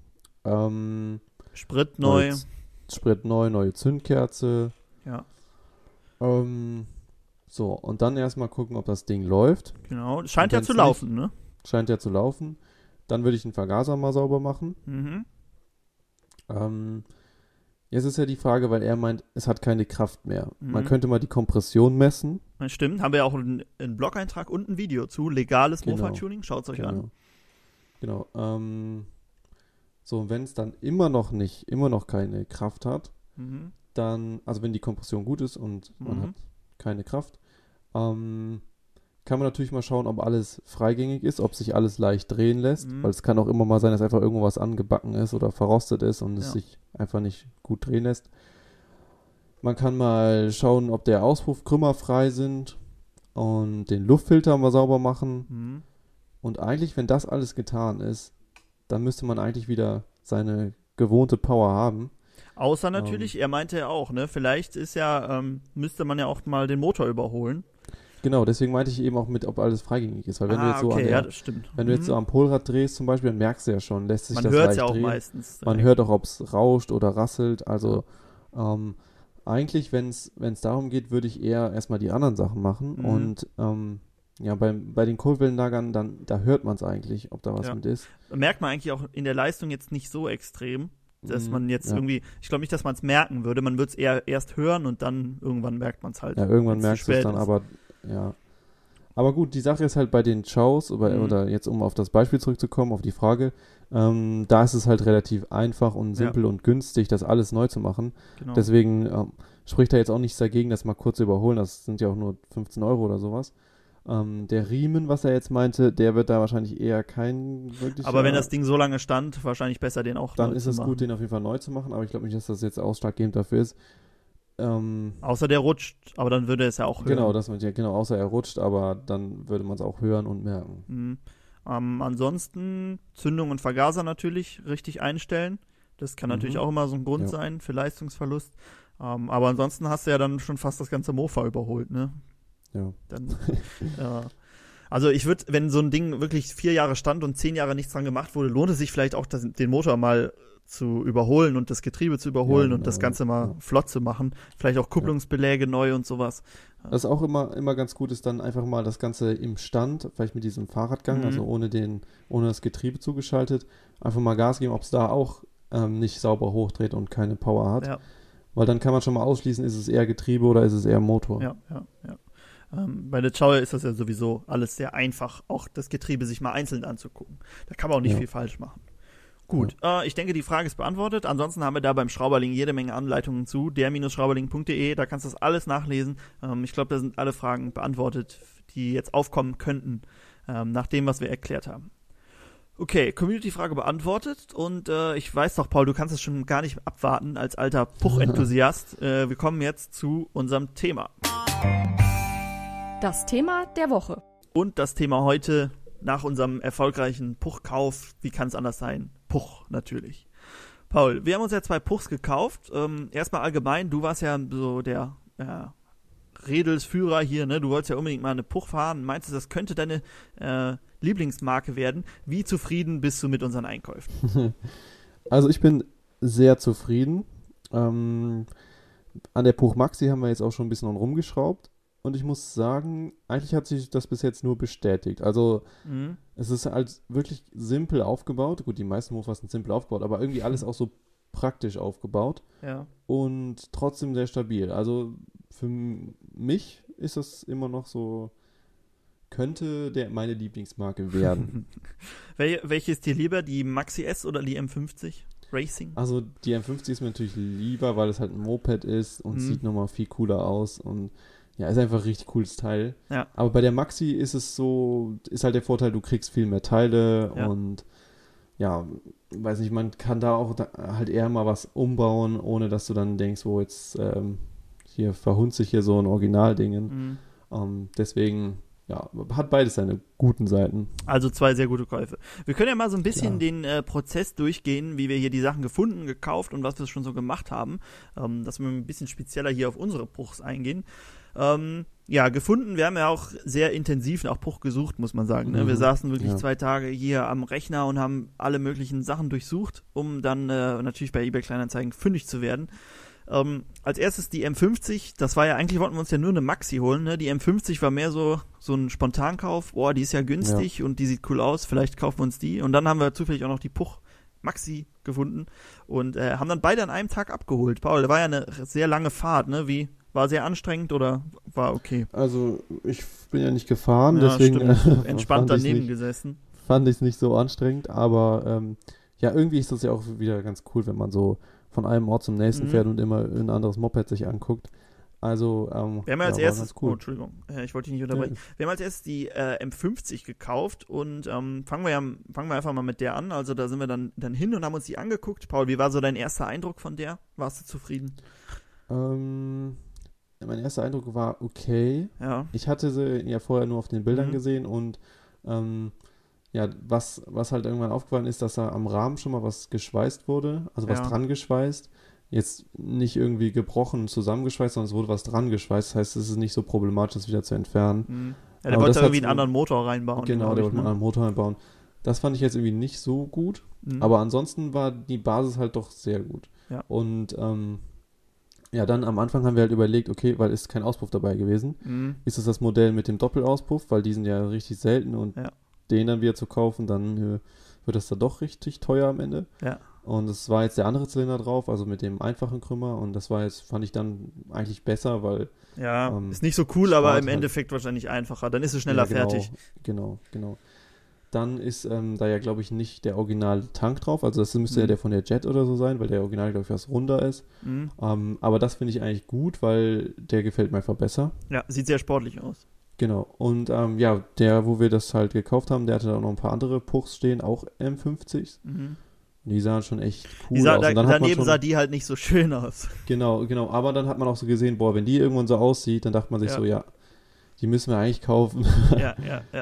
Sprit neu. Sprit neu, neue Zündkerze. Ja. So, und dann erstmal gucken, ob das Ding läuft. Genau, scheint ja zu laufen, ne? Scheint ja zu laufen. Dann würde ich den Vergaser mal sauber machen. Jetzt ist ja die Frage, weil er meint, es hat keine Kraft mehr. Man könnte mal die Kompression messen. Stimmt, haben wir ja auch einen Blog-Eintrag und ein Video zu. Legales Mofa-Tuning, schaut es euch an. Genau. So, und wenn es dann immer noch keine Kraft hat, dann, also wenn die Kompression gut ist und man hat keine Kraft, kann man natürlich mal schauen, ob alles freigängig ist, ob sich alles leicht drehen lässt, weil es kann auch immer mal sein, dass einfach irgendwo was angebacken ist oder verrostet ist und es sich einfach nicht gut drehen lässt. Man kann mal schauen, ob der Auspuff krümmerfrei sind und den Luftfilter mal sauber machen. Und eigentlich, wenn das alles getan ist, dann müsste man eigentlich wieder seine gewohnte Power haben. Außer natürlich, er meinte ja auch, ne, vielleicht müsste man ja auch mal den Motor überholen. Genau, deswegen meinte ich eben auch mit, ob alles freigängig ist. Weil wenn du jetzt so das stimmt. Wenn du jetzt so am Polrad drehst zum Beispiel, dann merkst du ja schon, lässt sich man das leicht leicht drehen. Man hört es ja auch meistens. Man hört auch, ob es rauscht oder rasselt. Also eigentlich, wenn es darum geht, würde ich eher erstmal die anderen Sachen machen. Und bei den Kurbelwellenlagern, da hört man es eigentlich, ob da was mit ist. Merkt man eigentlich auch in der Leistung jetzt nicht so extrem, dass man jetzt irgendwie, ich glaube nicht, dass man es merken würde, man würde es eher erst hören und dann irgendwann merkt man es halt. Ja, irgendwann merkst du es dann, aber ja. Aber gut, die Sache ist halt bei den Chows, oder jetzt um auf das Beispiel zurückzukommen, auf die Frage, da ist es halt relativ einfach und simpel und günstig, das alles neu zu machen. Genau. Deswegen spricht da jetzt auch nichts dagegen, das mal kurz zu überholen, das sind ja auch nur 15 € oder sowas. Der Riemen, was er jetzt meinte, der wird da wahrscheinlich eher kein wirklich. Aber wenn das Ding so lange stand, wahrscheinlich besser den auch dann neu ist zu es machen. gut, den auf jeden Fall neu zu machen, aber ich glaube nicht, dass das jetzt ausschlaggebend dafür ist. Außer der rutscht, aber dann würde es ja auch hören. Genau, außer er rutscht, aber dann würde man es auch hören und merken. Ansonsten Zündung und Vergaser natürlich richtig einstellen. Das kann natürlich auch immer so ein Grund sein für Leistungsverlust. Aber ansonsten hast du ja dann schon fast das ganze Mofa überholt, ne? Ja. Dann, also ich würde, wenn so ein Ding wirklich 4 Jahre stand und 10 Jahre nichts dran gemacht wurde, lohnt es sich vielleicht auch, den Motor mal zu überholen und das Getriebe zu überholen und das Ganze mal flott zu machen. Vielleicht auch Kupplungsbeläge neu und sowas. Was auch immer ganz gut ist, dann einfach mal das Ganze im Stand, vielleicht mit diesem Fahrradgang, also ohne das Getriebe zugeschaltet, einfach mal Gas geben, ob es da auch nicht sauber hochdreht und keine Power hat. Ja. Weil dann kann man schon mal ausschließen, ist es eher Getriebe oder ist es eher Motor. Ja. Bei der Chow ist das ja sowieso alles sehr einfach, auch das Getriebe sich mal einzeln anzugucken. Da kann man auch nicht viel falsch machen. Gut, ich denke, die Frage ist beantwortet. Ansonsten haben wir da beim Schrauberling jede Menge Anleitungen zu, der-schrauberling.de, da kannst du das alles nachlesen. Ich glaube, da sind alle Fragen beantwortet, die jetzt aufkommen könnten, nach dem, was wir erklärt haben. Okay, Community-Frage beantwortet und ich weiß doch, Paul, du kannst es schon gar nicht abwarten als alter Puch-Enthusiast. Wir kommen jetzt zu unserem Thema. Das Thema der Woche. Und das Thema heute, nach unserem erfolgreichen Puch-Kauf, wie kann es anders sein? Puch, natürlich. Paul, wir haben uns ja 2 Puchs gekauft. Erstmal allgemein, du warst ja so der Redelsführer hier, ne? Du wolltest ja unbedingt mal eine Puch fahren. Meinst du, das könnte deine Lieblingsmarke werden? Wie zufrieden bist du mit unseren Einkäufen? Also ich bin sehr zufrieden. An der Puch Maxi haben wir jetzt auch schon ein bisschen rumgeschraubt. Und ich muss sagen, eigentlich hat sich das bis jetzt nur bestätigt. Also es ist halt wirklich simpel aufgebaut. Gut, die meisten Mofas sind simpel aufgebaut, aber irgendwie alles auch so praktisch aufgebaut. Ja. Und trotzdem sehr stabil. Also für mich ist das immer noch so könnte meine Lieblingsmarke werden. Welche ist dir lieber, die Maxi S oder die M50 Racing? Also die M50 ist mir natürlich lieber, weil es halt ein Moped ist und sieht nochmal viel cooler aus und ja, ist einfach ein richtig cooles Teil. Ja. Aber bei der Maxi ist halt der Vorteil, du kriegst viel mehr Teile und ja, weiß nicht, man kann da auch halt eher mal was umbauen, ohne dass du dann denkst, jetzt hier verhunzt sich hier so ein Originaldingen. Deswegen, ja, hat beides seine guten Seiten. Also 2 sehr gute Käufe. Wir können ja mal so ein bisschen den Prozess durchgehen, wie wir hier die Sachen gefunden, gekauft und was wir schon so gemacht haben, dass wir ein bisschen spezieller hier auf unsere Bruchs eingehen. Gefunden, wir haben ja auch sehr intensiv nach Bruch gesucht, muss man sagen. Ne? Wir saßen wirklich 2 Tage hier am Rechner und haben alle möglichen Sachen durchsucht, um dann natürlich bei eBay Kleinanzeigen fündig zu werden. Als erstes die M50, das war ja, eigentlich wollten wir uns ja nur eine Maxi holen, ne? Die M50 war mehr so ein Spontankauf, die ist ja günstig und die sieht cool aus, vielleicht kaufen wir uns die. Und dann haben wir zufällig auch noch die Puch Maxi gefunden und haben dann beide an einem Tag abgeholt. Paul, da war ja eine sehr lange Fahrt, ne? War sehr anstrengend oder war okay? Also ich bin ja nicht gefahren, deswegen entspannt daneben gesessen. Fand ich es nicht so anstrengend, aber irgendwie ist das ja auch wieder ganz cool, wenn man so von einem Ort zum nächsten fährt und immer ein anderes Moped sich anguckt. Also, wir haben ja als erstes, cool. Entschuldigung, ich wollte dich nicht unterbrechen. Wir haben als erstes die M50 gekauft und fangen wir einfach mal mit der an. Also da sind wir dann hin und haben uns die angeguckt. Paul, wie war so dein erster Eindruck von der? Warst du zufrieden? Mein erster Eindruck war okay. Ja. Ich hatte sie ja vorher nur auf den Bildern gesehen und was halt irgendwann aufgefallen ist, dass da am Rahmen schon mal was geschweißt wurde, also was dran geschweißt. Jetzt nicht irgendwie gebrochen zusammengeschweißt, sondern es wurde was dran geschweißt. Das heißt, es ist nicht so problematisch, das wieder zu entfernen. Ja, der wollte irgendwie einen anderen Motor reinbauen. Genau, der wollte einen anderen Motor reinbauen. Das fand ich jetzt irgendwie nicht so gut, aber ansonsten war die Basis halt doch sehr gut. Ja. Und dann am Anfang haben wir halt überlegt, okay, weil ist kein Auspuff dabei gewesen. Ist es das Modell mit dem Doppelauspuff, weil die sind ja richtig selten und den dann wieder zu kaufen, dann wird das da doch richtig teuer am Ende. Ja. Und es war jetzt der andere Zylinder drauf, also mit dem einfachen Krümmer und das fand ich dann eigentlich besser, weil ist nicht so cool, aber im Endeffekt wahrscheinlich einfacher. Dann ist es schneller fertig. Genau. Dann ist da ja, glaube ich, nicht der Original-Tank drauf. Also das müsste ja der von der Jet oder so sein, weil der Original, glaube ich, was runder ist. Aber das finde ich eigentlich gut, weil der gefällt mir einfach besser. Ja, sieht sehr sportlich aus. Genau. Und der, wo wir das halt gekauft haben, der hatte da auch noch ein paar andere Puchs stehen, auch M50s. Die sahen schon echt cool aus. Und daneben sah die halt nicht so schön aus. Genau. Aber dann hat man auch so gesehen, wenn die irgendwann so aussieht, dann dachte man sich die müssen wir eigentlich kaufen. Ja.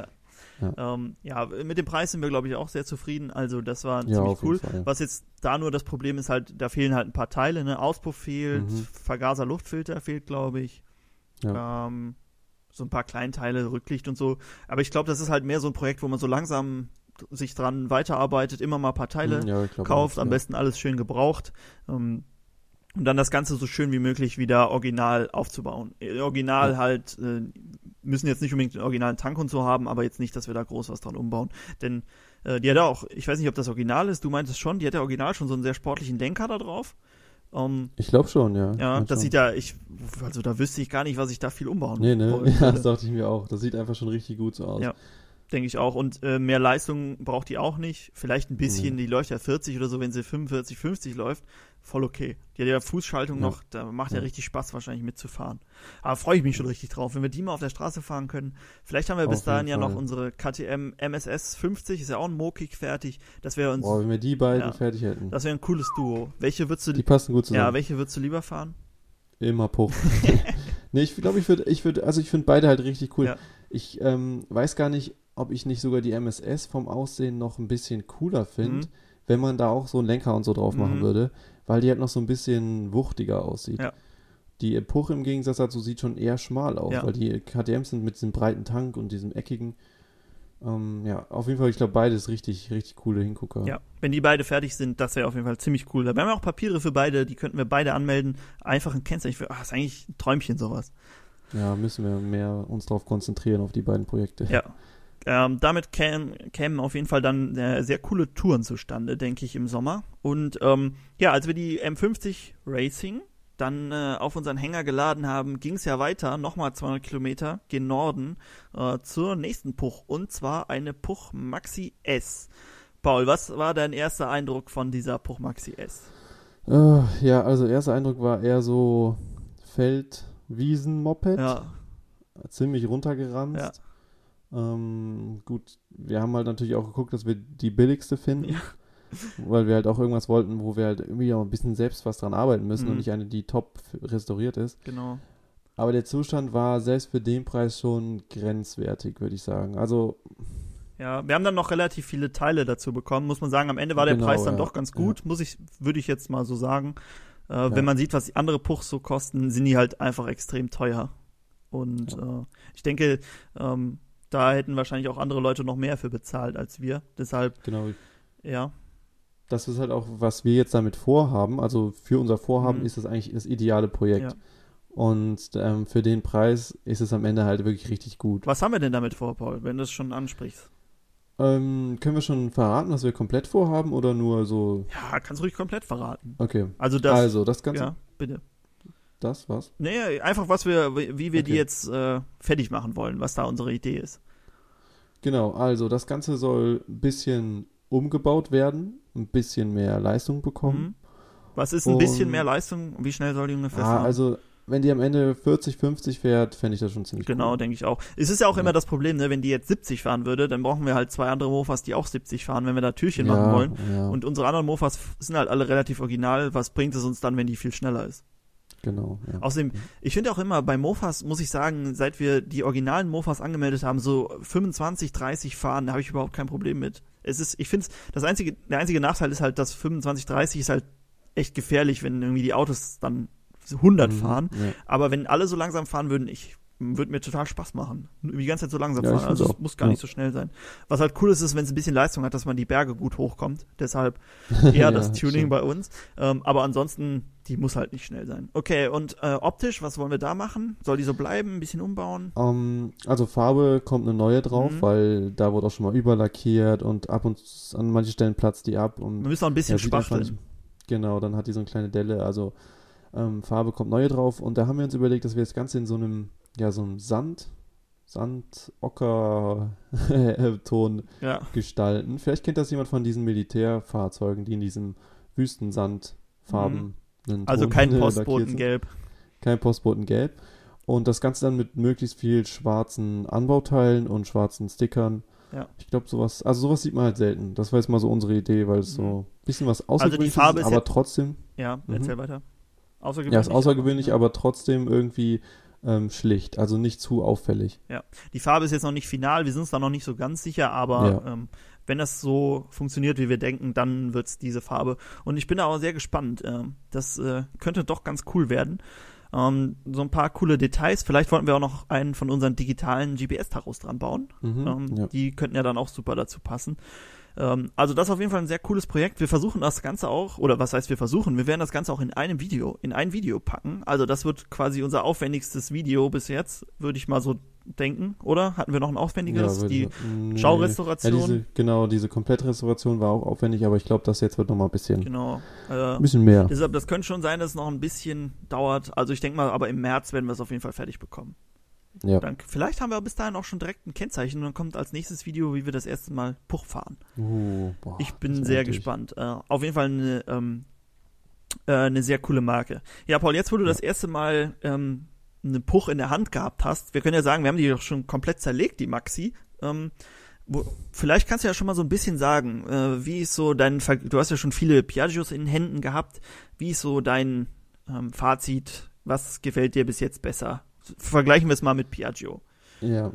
Mit dem Preis sind wir, glaube ich, auch sehr zufrieden. Also das war ziemlich cool. Fall, ja. Was jetzt da nur das Problem ist halt, da fehlen halt ein paar Teile. Ne? Auspuff fehlt, Vergaser-Luftfilter fehlt, glaube ich. Ja. So ein paar Kleinteile, Rücklicht und so. Aber ich glaube, das ist halt mehr so ein Projekt, wo man so langsam sich dran weiterarbeitet, immer mal ein paar Teile kauft, am besten alles schön gebraucht. Und dann das Ganze so schön wie möglich wieder original aufzubauen. Original halt, müssen jetzt nicht unbedingt den originalen Tank und so haben, aber jetzt nicht, dass wir da groß was dran umbauen. Denn die hat auch, ich weiß nicht, ob das Original ist, du meintest schon, die hat ja original schon so einen sehr sportlichen Lenker da drauf. Ich glaube schon, ja. Ja, das sieht ja, also da wüsste ich gar nicht, was ich da viel umbauen wollte. Ja, das dachte ich mir auch. Das sieht einfach schon richtig gut so aus. Ja. Denke ich auch. Und mehr Leistung braucht die auch nicht. Vielleicht ein bisschen, die läuft ja 40 oder so, wenn sie 45, 50 läuft. Voll okay. Die hat ja Fußschaltung noch, da macht ja richtig Spaß wahrscheinlich mitzufahren. Aber freue ich mich schon richtig drauf, wenn wir die mal auf der Straße fahren können. Vielleicht haben wir bis dahin ja noch unsere KTM MSS 50, ist ja auch ein Mokik fertig. Das wäre uns. Wenn wir die beiden fertig hätten. Das wäre ein cooles Duo. Die passen gut zusammen. Ja, welche würdest du lieber fahren? Immer Puch. Nee, ich glaube, ich finde beide halt richtig cool. Ja. Ich weiß gar nicht, ob ich nicht sogar die MSS vom Aussehen noch ein bisschen cooler finde, wenn man da auch so einen Lenker und so drauf machen würde, weil die halt noch so ein bisschen wuchtiger aussieht. Ja. Die Puch im Gegensatz dazu sieht schon eher schmal aus, weil die KTMs sind mit diesem breiten Tank und diesem eckigen. Auf jeden Fall, ich glaube, beides richtig, richtig coole Hingucker. Ja, wenn die beide fertig sind, das wäre auf jeden Fall ziemlich cool. Da haben wir auch Papiere für beide, die könnten wir beide anmelden. Einfach ein Kennzeichen für, ist eigentlich ein Träumchen sowas. Ja, müssen wir mehr uns darauf konzentrieren, auf die beiden Projekte. Ja. Damit kämen auf jeden Fall dann sehr coole Touren zustande, denke ich, im Sommer. Und als wir die M50 Racing dann auf unseren Hänger geladen haben, ging es ja weiter, nochmal 200 Kilometer gen Norden zur nächsten Puch. Und zwar eine Puch Maxi S. Paul, was war dein erster Eindruck von dieser Puch Maxi S? Ja, also erster Eindruck war eher so Feld-Wiesen-Moped. Ja. Ziemlich runtergeranzt. Gut, wir haben halt natürlich auch geguckt, dass wir die billigste finden. Ja. Weil wir halt auch irgendwas wollten, wo wir halt irgendwie auch ein bisschen selbst was dran arbeiten müssen und nicht eine, die top restauriert ist. Genau. Aber der Zustand war selbst für den Preis schon grenzwertig, würde ich sagen. Also ja, wir haben dann noch relativ viele Teile dazu bekommen, muss man sagen. Am Ende war der Preis dann doch ganz gut, würde ich jetzt mal so sagen. Wenn man sieht, was die andere Puchs so kosten, sind die halt einfach extrem teuer. Und ich denke, da hätten wahrscheinlich auch andere Leute noch mehr für bezahlt als wir. Deshalb, ja. Das ist halt auch, was wir jetzt damit vorhaben. Also für unser Vorhaben ist das eigentlich das ideale Projekt. Ja. Und für den Preis ist es am Ende halt wirklich richtig gut. Was haben wir denn damit vor, Paul, wenn du es schon ansprichst? Können wir schon verraten, was wir komplett vorhaben oder nur so? Ja, kannst du ruhig komplett verraten. Okay. Also das Ganze. Ja, bitte. Das was? Nee, einfach wie wir die jetzt fertig machen wollen, was da unsere Idee ist. Genau, also das Ganze soll ein bisschen umgebaut werden, ein bisschen mehr Leistung bekommen. Was ist ein bisschen mehr Leistung? Wie schnell soll die ungefähr fahren? Also wenn die am Ende 40, 50 fährt, fände ich das schon ziemlich Genau, cool. denke ich auch. Es ist ja auch immer das Problem, ne? Wenn die jetzt 70 fahren würde, dann brauchen wir halt 2 andere Mofas, die auch 70 fahren, wenn wir da Türchen machen wollen. Ja. Und unsere anderen Mofas sind halt alle relativ original. Was bringt es uns dann, wenn die viel schneller ist? Genau. Ja. Außerdem, ich finde auch immer, bei Mofas, muss ich sagen, seit wir die originalen Mofas angemeldet haben, so 25, 30 fahren, da habe ich überhaupt kein Problem mit. Ich finde, der einzige Nachteil ist halt, dass 25, 30 ist halt echt gefährlich, wenn irgendwie die Autos dann 100 fahren. Ja. Aber wenn alle so langsam fahren würden, würde mir total Spaß machen. Die ganze Zeit so langsam fahren. Also es muss gar nicht so schnell sein. Was halt cool ist, wenn es ein bisschen Leistung hat, dass man die Berge gut hochkommt. Deshalb eher das Tuning bei uns. Aber ansonsten, die muss halt nicht schnell sein. Okay, und optisch, was wollen wir da machen? Soll die so bleiben, ein bisschen umbauen? Also Farbe kommt eine neue drauf, weil da wurde auch schon mal überlackiert und ab und an manchen Stellen platzt die ab. Und wir müssen auch ein bisschen spachteln. Genau, dann hat die so eine kleine Delle. Also Farbe kommt neue drauf und da haben wir uns überlegt, dass wir das Ganze in so einem Sand-Ocker-Ton gestalten. Vielleicht kennt das jemand von diesen Militärfahrzeugen, die in diesem Wüstensandfarben also kein Postbotengelb. Kein Postbotengelb. Und das Ganze dann mit möglichst viel schwarzen Anbauteilen und schwarzen Stickern. Ja. Ich glaube, sowas sieht man halt selten. Das war jetzt mal so unsere Idee, weil es so ein bisschen was Außergewöhnliches ist, aber trotzdem. Ja, erzähl weiter. Außergewöhnlich. Ja, ist außergewöhnlich, aber trotzdem irgendwie schlicht, also nicht zu auffällig. Ja, die Farbe ist jetzt noch nicht final, wir sind uns da noch nicht so ganz sicher, aber wenn das so funktioniert, wie wir denken, dann wird es diese Farbe. Und ich bin da auch sehr gespannt. Das könnte doch ganz cool werden. So ein paar coole Details. Vielleicht wollten wir auch noch einen von unseren digitalen GPS-Taros dran bauen. Die könnten ja dann auch super dazu passen. Also das ist auf jeden Fall ein sehr cooles Projekt. Wir versuchen das Ganze auch, oder was heißt wir versuchen? Wir werden das Ganze auch in ein Video packen. Also das wird quasi unser aufwendigstes Video bis jetzt, würde ich mal so denken, oder? Hatten wir noch ein aufwendigeres? Die Schaurestauration? Ja, diese Komplettrestauration war auch aufwendig, aber ich glaube, das jetzt wird nochmal ein bisschen, ein bisschen mehr. Deshalb, das könnte schon sein, dass es noch ein bisschen dauert. Also ich denke mal, aber im März werden wir es auf jeden Fall fertig bekommen. Ja. Danke. Vielleicht haben wir bis dahin auch schon direkt ein Kennzeichen und dann kommt als nächstes Video, wie wir das erste Mal Puch fahren. Ich bin sehr gespannt. Auf jeden Fall eine sehr coole Marke. Ja, Paul, jetzt wo du das erste Mal eine Puch in der Hand gehabt hast, wir können ja sagen, wir haben die doch schon komplett zerlegt, die Maxi. Vielleicht kannst du ja schon mal so ein bisschen sagen, wie ist so du hast ja schon viele Piaggios in den Händen gehabt, wie ist so dein Fazit, was gefällt dir bis jetzt besser? Vergleichen wir es mal mit Piaggio. Ja,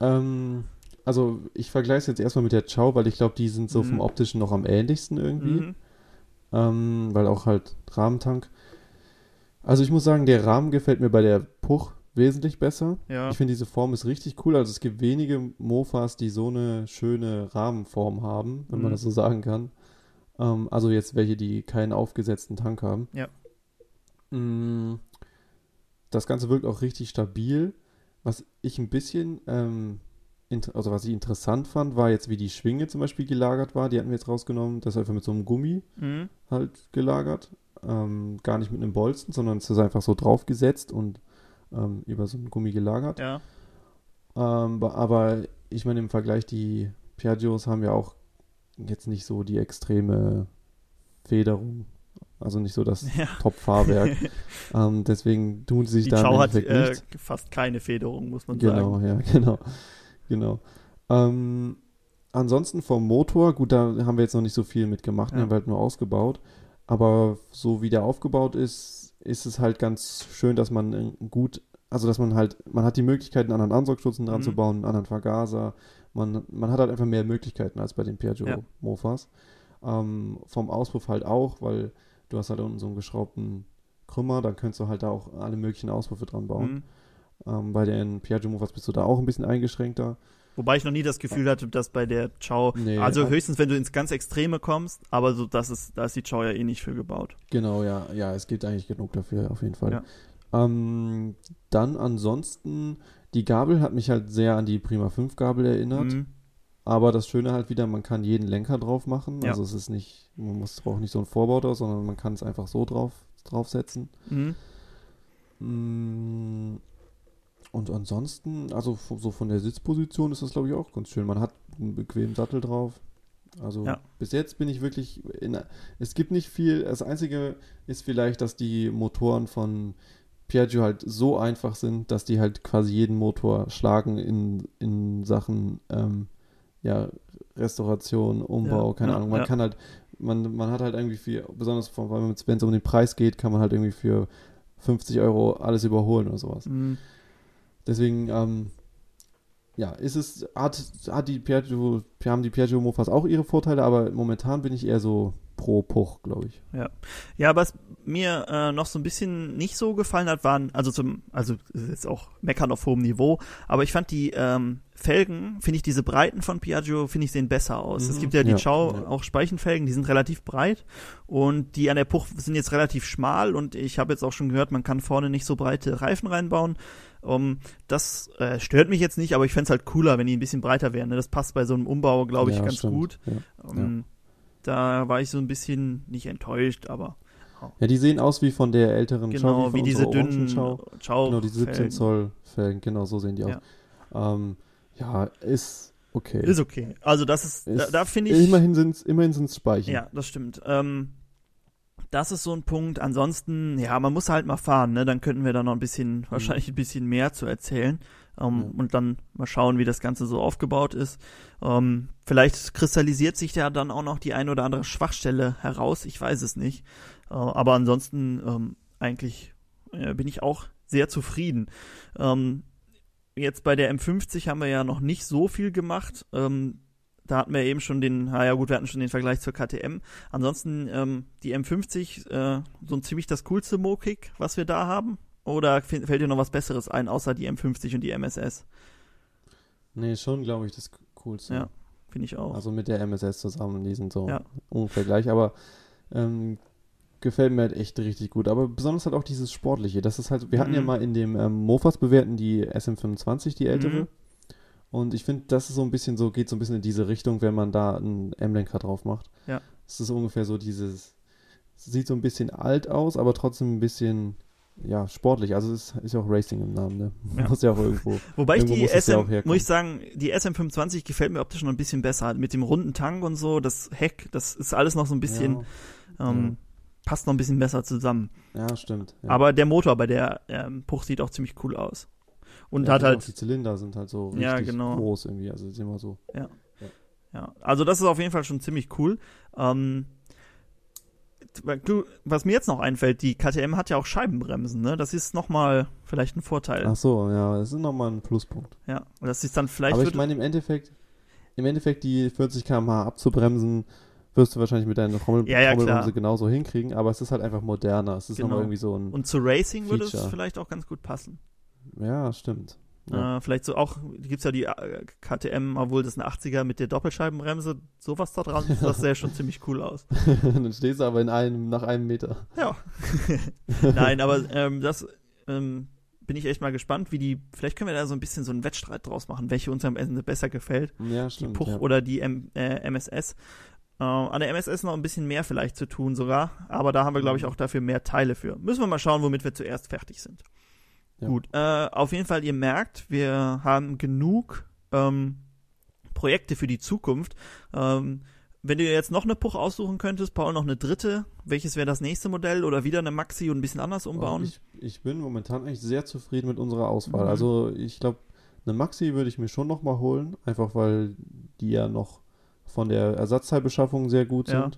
also ich vergleiche es jetzt erstmal mit der Ciao, weil ich glaube, die sind so vom Optischen noch am ähnlichsten irgendwie. Weil auch halt Rahmentank. Also ich muss sagen, der Rahmen gefällt mir bei der Puch wesentlich besser. Ja. Ich finde, diese Form ist richtig cool. Also es gibt wenige Mofas, die so eine schöne Rahmenform haben, wenn man das so sagen kann. Also jetzt welche, die keinen aufgesetzten Tank haben. Ja. Das Ganze wirkt auch richtig stabil. Was ich ein bisschen, was ich interessant fand, war jetzt, wie die Schwinge zum Beispiel gelagert war. Die hatten wir jetzt rausgenommen. Das ist einfach mit so einem Gummi halt gelagert. gar nicht mit einem Bolzen, sondern es ist einfach so draufgesetzt und über so ein Gummi gelagert. Ja. Aber ich meine, im Vergleich, die Piaggios haben ja auch jetzt nicht so die extreme Federung. Also nicht so das Top-Fahrwerk. Deswegen tun sie sich die da Chow im hat Endeffekt nicht. fast keine Federung, muss man sagen. Genau. Ansonsten vom Motor, gut, da haben wir jetzt noch nicht so viel mitgemacht, den haben wir halt nur ausgebaut. Aber so wie der aufgebaut ist, ist es halt ganz schön, dass man man hat die Möglichkeit, einen anderen Ansaugstutzen dran zu bauen, einen anderen Vergaser. Man hat halt einfach mehr Möglichkeiten als bei den Piaggio Mofas. Vom Auspuff halt auch, weil du hast halt unten so einen geschraubten Krümmer, dann könntest du halt da auch alle möglichen Auspuffe dran bauen. Bei den Piaggio Mofas bist du da auch ein bisschen eingeschränkter. Wobei ich noch nie das Gefühl hatte, dass bei der Chow, also höchstens, wenn du ins ganz Extreme kommst, aber so, da ist die Chow ja eh nicht für gebaut. Genau, ja, es gibt eigentlich genug dafür, auf jeden Fall. Ja. Dann ansonsten, die Gabel hat mich halt sehr an die Prima 5 Gabel erinnert. Aber das Schöne halt wieder, man kann jeden Lenker drauf machen. Ja. Also es ist nicht, braucht nicht so ein Vorbau da, sondern man kann es einfach so draufsetzen. Und ansonsten, also so von der Sitzposition ist das, glaube ich, auch ganz schön. Man hat einen bequemen Sattel drauf. Also bis jetzt bin ich wirklich es gibt nicht viel. Das Einzige ist vielleicht, dass die Motoren von Piaggio halt so einfach sind, dass die halt quasi jeden Motor schlagen in Sachen Restauration, Umbau, keine Ahnung. Man kann halt, man hat halt irgendwie besonders wenn es um den Preis geht, kann man halt irgendwie für 50 € alles überholen oder sowas. Deswegen, haben die Piaggio Mofas auch ihre Vorteile, aber momentan bin ich eher so pro Puch, glaube ich. Ja, was mir noch so ein bisschen nicht so gefallen hat, waren, also ist jetzt auch meckern auf hohem Niveau, aber ich fand die Felgen, finde ich diese Breiten von Piaggio, finde ich, sehen besser aus. Es gibt ja die Chow, auch Speichenfelgen, die sind relativ breit und die an der Puch sind jetzt relativ schmal und ich habe jetzt auch schon gehört, man kann vorne nicht so breite Reifen reinbauen. Das stört mich jetzt nicht, aber ich fände es halt cooler, wenn die ein bisschen breiter wären. Ne? Das passt bei so einem Umbau, glaube ich, ganz gut. Da war ich so ein bisschen nicht enttäuscht, aber... Ja, die sehen aus wie von der älteren Chow. Genau, wie diese dünnen Chow. Genau, die 17 Zoll Felgen, genau, so sehen die aus. Ist okay. Ist okay. Also das ist da finde ich... Immerhin sind's Speichen. Ja, das stimmt. Das ist so ein Punkt. Ansonsten, man muss halt mal fahren, ne? Dann könnten wir da noch wahrscheinlich ein bisschen mehr zu erzählen. Und dann mal schauen, wie das Ganze so aufgebaut ist. Vielleicht kristallisiert sich ja dann auch noch die ein oder andere Schwachstelle heraus. Ich weiß es nicht. Aber ansonsten eigentlich bin ich auch sehr zufrieden. Jetzt bei der M50 haben wir ja noch nicht so viel gemacht. Da hatten wir eben schon wir hatten schon den Vergleich zur KTM. Ansonsten die M50, so ziemlich das coolste Mo-Kick, was wir da haben. Oder fällt dir noch was Besseres ein, außer die M50 und die MSS? Nee, schon, glaube ich, das Coolste. Ja, finde ich auch. Also mit der MSS zusammen, die sind so ungefähr gleich. Aber gefällt mir halt echt richtig gut. Aber besonders halt auch dieses Sportliche. Das ist halt, wir hatten ja mal in dem Mofas bewerten die SM25, die ältere. Und ich finde, das ist so ein bisschen geht so ein bisschen in diese Richtung, wenn man da einen M-Lenker drauf macht. Ja. Es ist ungefähr so sieht so ein bisschen alt aus, aber trotzdem ein bisschen sportlich. Also es ist ja auch Racing im Namen, ne? Muss ja auch irgendwo. Wobei muss ich sagen, die SM25 gefällt mir optisch noch ein bisschen besser. Mit dem runden Tank und so, das Heck, das ist alles noch so ein bisschen, passt noch ein bisschen besser zusammen. Ja, stimmt. Ja. Aber der Motor bei der Puch sieht auch ziemlich cool aus. Und hat halt. Die Zylinder sind halt so richtig groß irgendwie, also ist immer so. Ja. Also das ist auf jeden Fall schon ziemlich cool. Was mir jetzt noch einfällt, die KTM hat ja auch Scheibenbremsen, ne? Das ist nochmal vielleicht ein Vorteil. Ach so, ja, das ist nochmal ein Pluspunkt. Ja, und das ist dann vielleicht... Aber ich meine, im Endeffekt die 40 km/h abzubremsen, wirst du wahrscheinlich mit deiner Trommelbremse genauso hinkriegen, aber es ist halt einfach moderner. Es ist nochmal irgendwie so ein Und zu Racing würde es vielleicht auch ganz gut passen. Ja, stimmt. Ja. Vielleicht so auch, gibt es ja die KTM, obwohl das eine 80er mit der Doppelscheibenbremse, sowas da dran, das sähe schon ziemlich cool aus. Dann stehst du aber nach einem Meter. Ja. Nein, aber bin ich echt mal gespannt, vielleicht können wir da so ein bisschen so einen Wettstreit draus machen, welche uns am Ende besser gefällt. Ja, stimmt. Die Puch oder die MSS. An der MSS noch ein bisschen mehr vielleicht zu tun sogar, aber da haben wir, glaube ich, auch dafür mehr Teile für. Müssen wir mal schauen, womit wir zuerst fertig sind. Ja. Gut, auf jeden Fall, ihr merkt, wir haben genug Projekte für die Zukunft. Wenn du jetzt noch eine Puch aussuchen könntest, Paul, noch eine dritte, welches wäre das nächste Modell oder wieder eine Maxi und ein bisschen anders umbauen? Ich bin momentan eigentlich sehr zufrieden mit unserer Auswahl. Also ich glaube, eine Maxi würde ich mir schon nochmal holen, einfach weil die ja noch von der Ersatzteilbeschaffung sehr gut sind.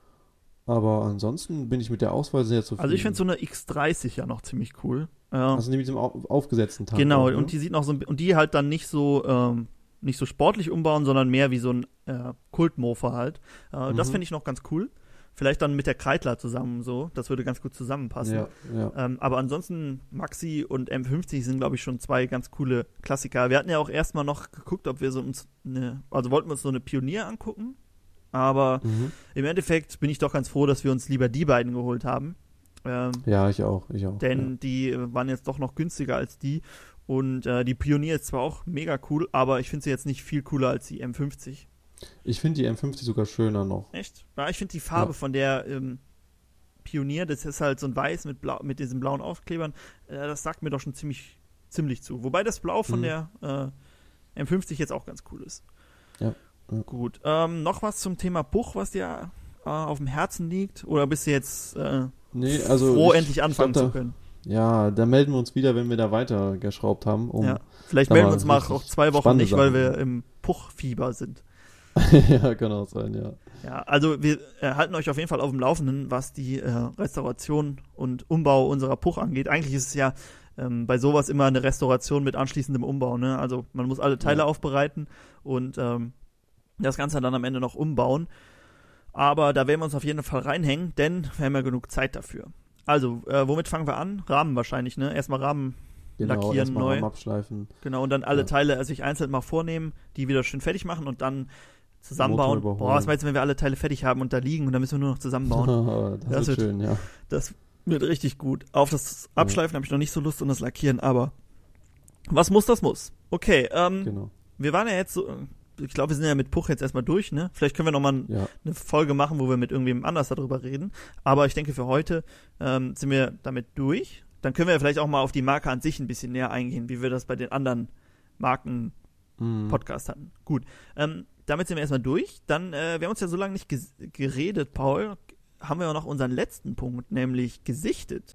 Aber ansonsten bin ich mit der Auswahl sehr zufrieden. Also ich finde so eine X30 ja noch ziemlich cool. Also mit dem aufgesetzten Tank. Genau, auch, ne? Und die sieht noch so, und die halt dann nicht so sportlich umbauen, sondern mehr wie so ein Kultmofa halt. Das finde ich noch ganz cool. Vielleicht dann mit der Kreidler zusammen so. Das würde ganz gut zusammenpassen. Ja. Aber ansonsten Maxi und M50 sind, glaube ich, schon zwei ganz coole Klassiker. Wir hatten ja auch erstmal noch geguckt, ob wir wollten wir uns so eine Pionier angucken. Aber im Endeffekt bin ich doch ganz froh, dass wir uns lieber die beiden geholt haben. Ja, ich auch. Denn die waren jetzt doch noch günstiger als die. Und die Pionier ist zwar auch mega cool, aber ich finde sie jetzt nicht viel cooler als die M50. Ich finde die M50 sogar schöner noch. Echt? Ja, ich finde die Farbe von der Pionier, das ist halt so ein Weiß mit diesen blauen Aufklebern, das sagt mir doch schon ziemlich zu. Wobei das Blau von der M50 jetzt auch ganz cool ist. Ja. Gut. Noch was zum Thema Puch, was dir auf dem Herzen liegt? Oder bist du jetzt froh, endlich anfangen zu können? Ja, da melden wir uns wieder, wenn wir da weiter geschraubt haben. Vielleicht melden wir uns mal auch 2 Wochen nicht, weil wir im Puchfieber sind. Ja, kann auch sein, ja. Ja, also wir halten euch auf jeden Fall auf dem Laufenden, was die Restauration und Umbau unserer Puch angeht. Eigentlich ist es ja bei sowas immer eine Restauration mit anschließendem Umbau, ne? Also man muss alle Teile aufbereiten und das Ganze dann am Ende noch umbauen. Aber da werden wir uns auf jeden Fall reinhängen, denn wir haben ja genug Zeit dafür. Also, womit fangen wir an? Rahmen wahrscheinlich, ne? Erstmal Rahmen lackieren, neu. Rahmen abschleifen. Genau, und dann alle Teile sich einzeln mal vornehmen, die wieder schön fertig machen und dann zusammenbauen. Boah, was meinst du, wenn wir alle Teile fertig haben und da liegen und dann müssen wir nur noch zusammenbauen? das wird schön, ja. Das wird richtig gut. Auf das Abschleifen habe ich noch nicht so Lust und das Lackieren, aber was muss, das muss. Okay, genau. Wir waren ja jetzt so, ich glaube, wir sind ja mit Puch jetzt erstmal durch, ne? Vielleicht können wir nochmal eine Folge machen, wo wir mit irgendwem anders darüber reden. Aber ich denke, für heute sind wir damit durch. Dann können wir ja vielleicht auch mal auf die Marke an sich ein bisschen näher eingehen, wie wir das bei den anderen Marken-Podcasts hatten. Gut, damit sind wir erstmal durch. Dann, wir haben uns ja so lange nicht geredet, Paul, haben wir ja noch unseren letzten Punkt, nämlich gesichtet.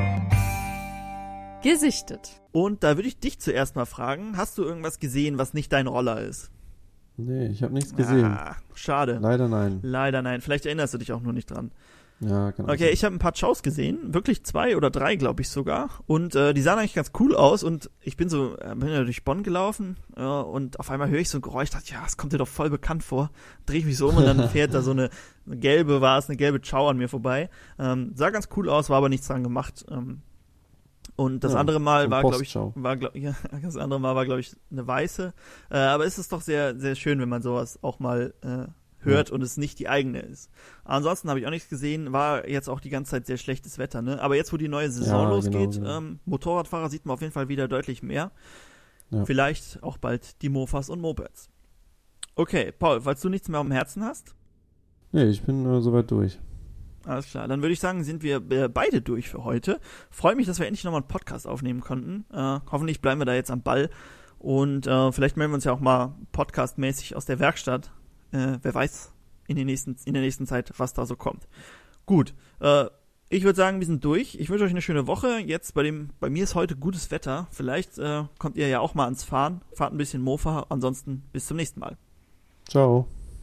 Gesichtet. Und da würde ich dich zuerst mal fragen, hast du irgendwas gesehen, was nicht dein Roller ist? Nee, ich habe nichts gesehen. Schade. Leider nein. Vielleicht erinnerst du dich auch nur nicht dran. Ja, genau. Okay, ich habe ein paar Chows gesehen, wirklich 2 oder 3, glaube ich sogar. Und die sahen eigentlich ganz cool aus. Und ich bin ja durch Bonn gelaufen und auf einmal höre ich so ein Geräusch. Dachte, ja, das kommt dir doch voll bekannt vor. Drehe ich mich so um und dann fährt da so eine gelbe Chow an mir vorbei. Sah ganz cool aus, war aber nichts dran gemacht. Und das andere Mal war, glaube ich, eine weiße. Aber es ist doch sehr, sehr schön, wenn man sowas auch mal hört und es nicht die eigene ist. Ansonsten habe ich auch nichts gesehen, war jetzt auch die ganze Zeit sehr schlechtes Wetter, ne? Aber jetzt, wo die neue Saison losgeht, genau. Motorradfahrer sieht man auf jeden Fall wieder deutlich mehr. Ja. Vielleicht auch bald die Mofas und Mopeds. Okay, Paul, falls du nichts mehr am Herzen hast? Nee, ich bin soweit durch. Alles klar, dann würde ich sagen, sind wir beide durch für heute. Freue mich, dass wir endlich nochmal einen Podcast aufnehmen konnten. Hoffentlich bleiben wir da jetzt am Ball. Und vielleicht melden wir uns ja auch mal podcastmäßig aus der Werkstatt. Wer weiß in der nächsten Zeit, was da so kommt. Gut, ich würde sagen, wir sind durch. Ich wünsche euch eine schöne Woche. Jetzt bei mir ist heute gutes Wetter. Vielleicht kommt ihr ja auch mal ans Fahren. Fahrt ein bisschen Mofa. Ansonsten bis zum nächsten Mal. Ciao.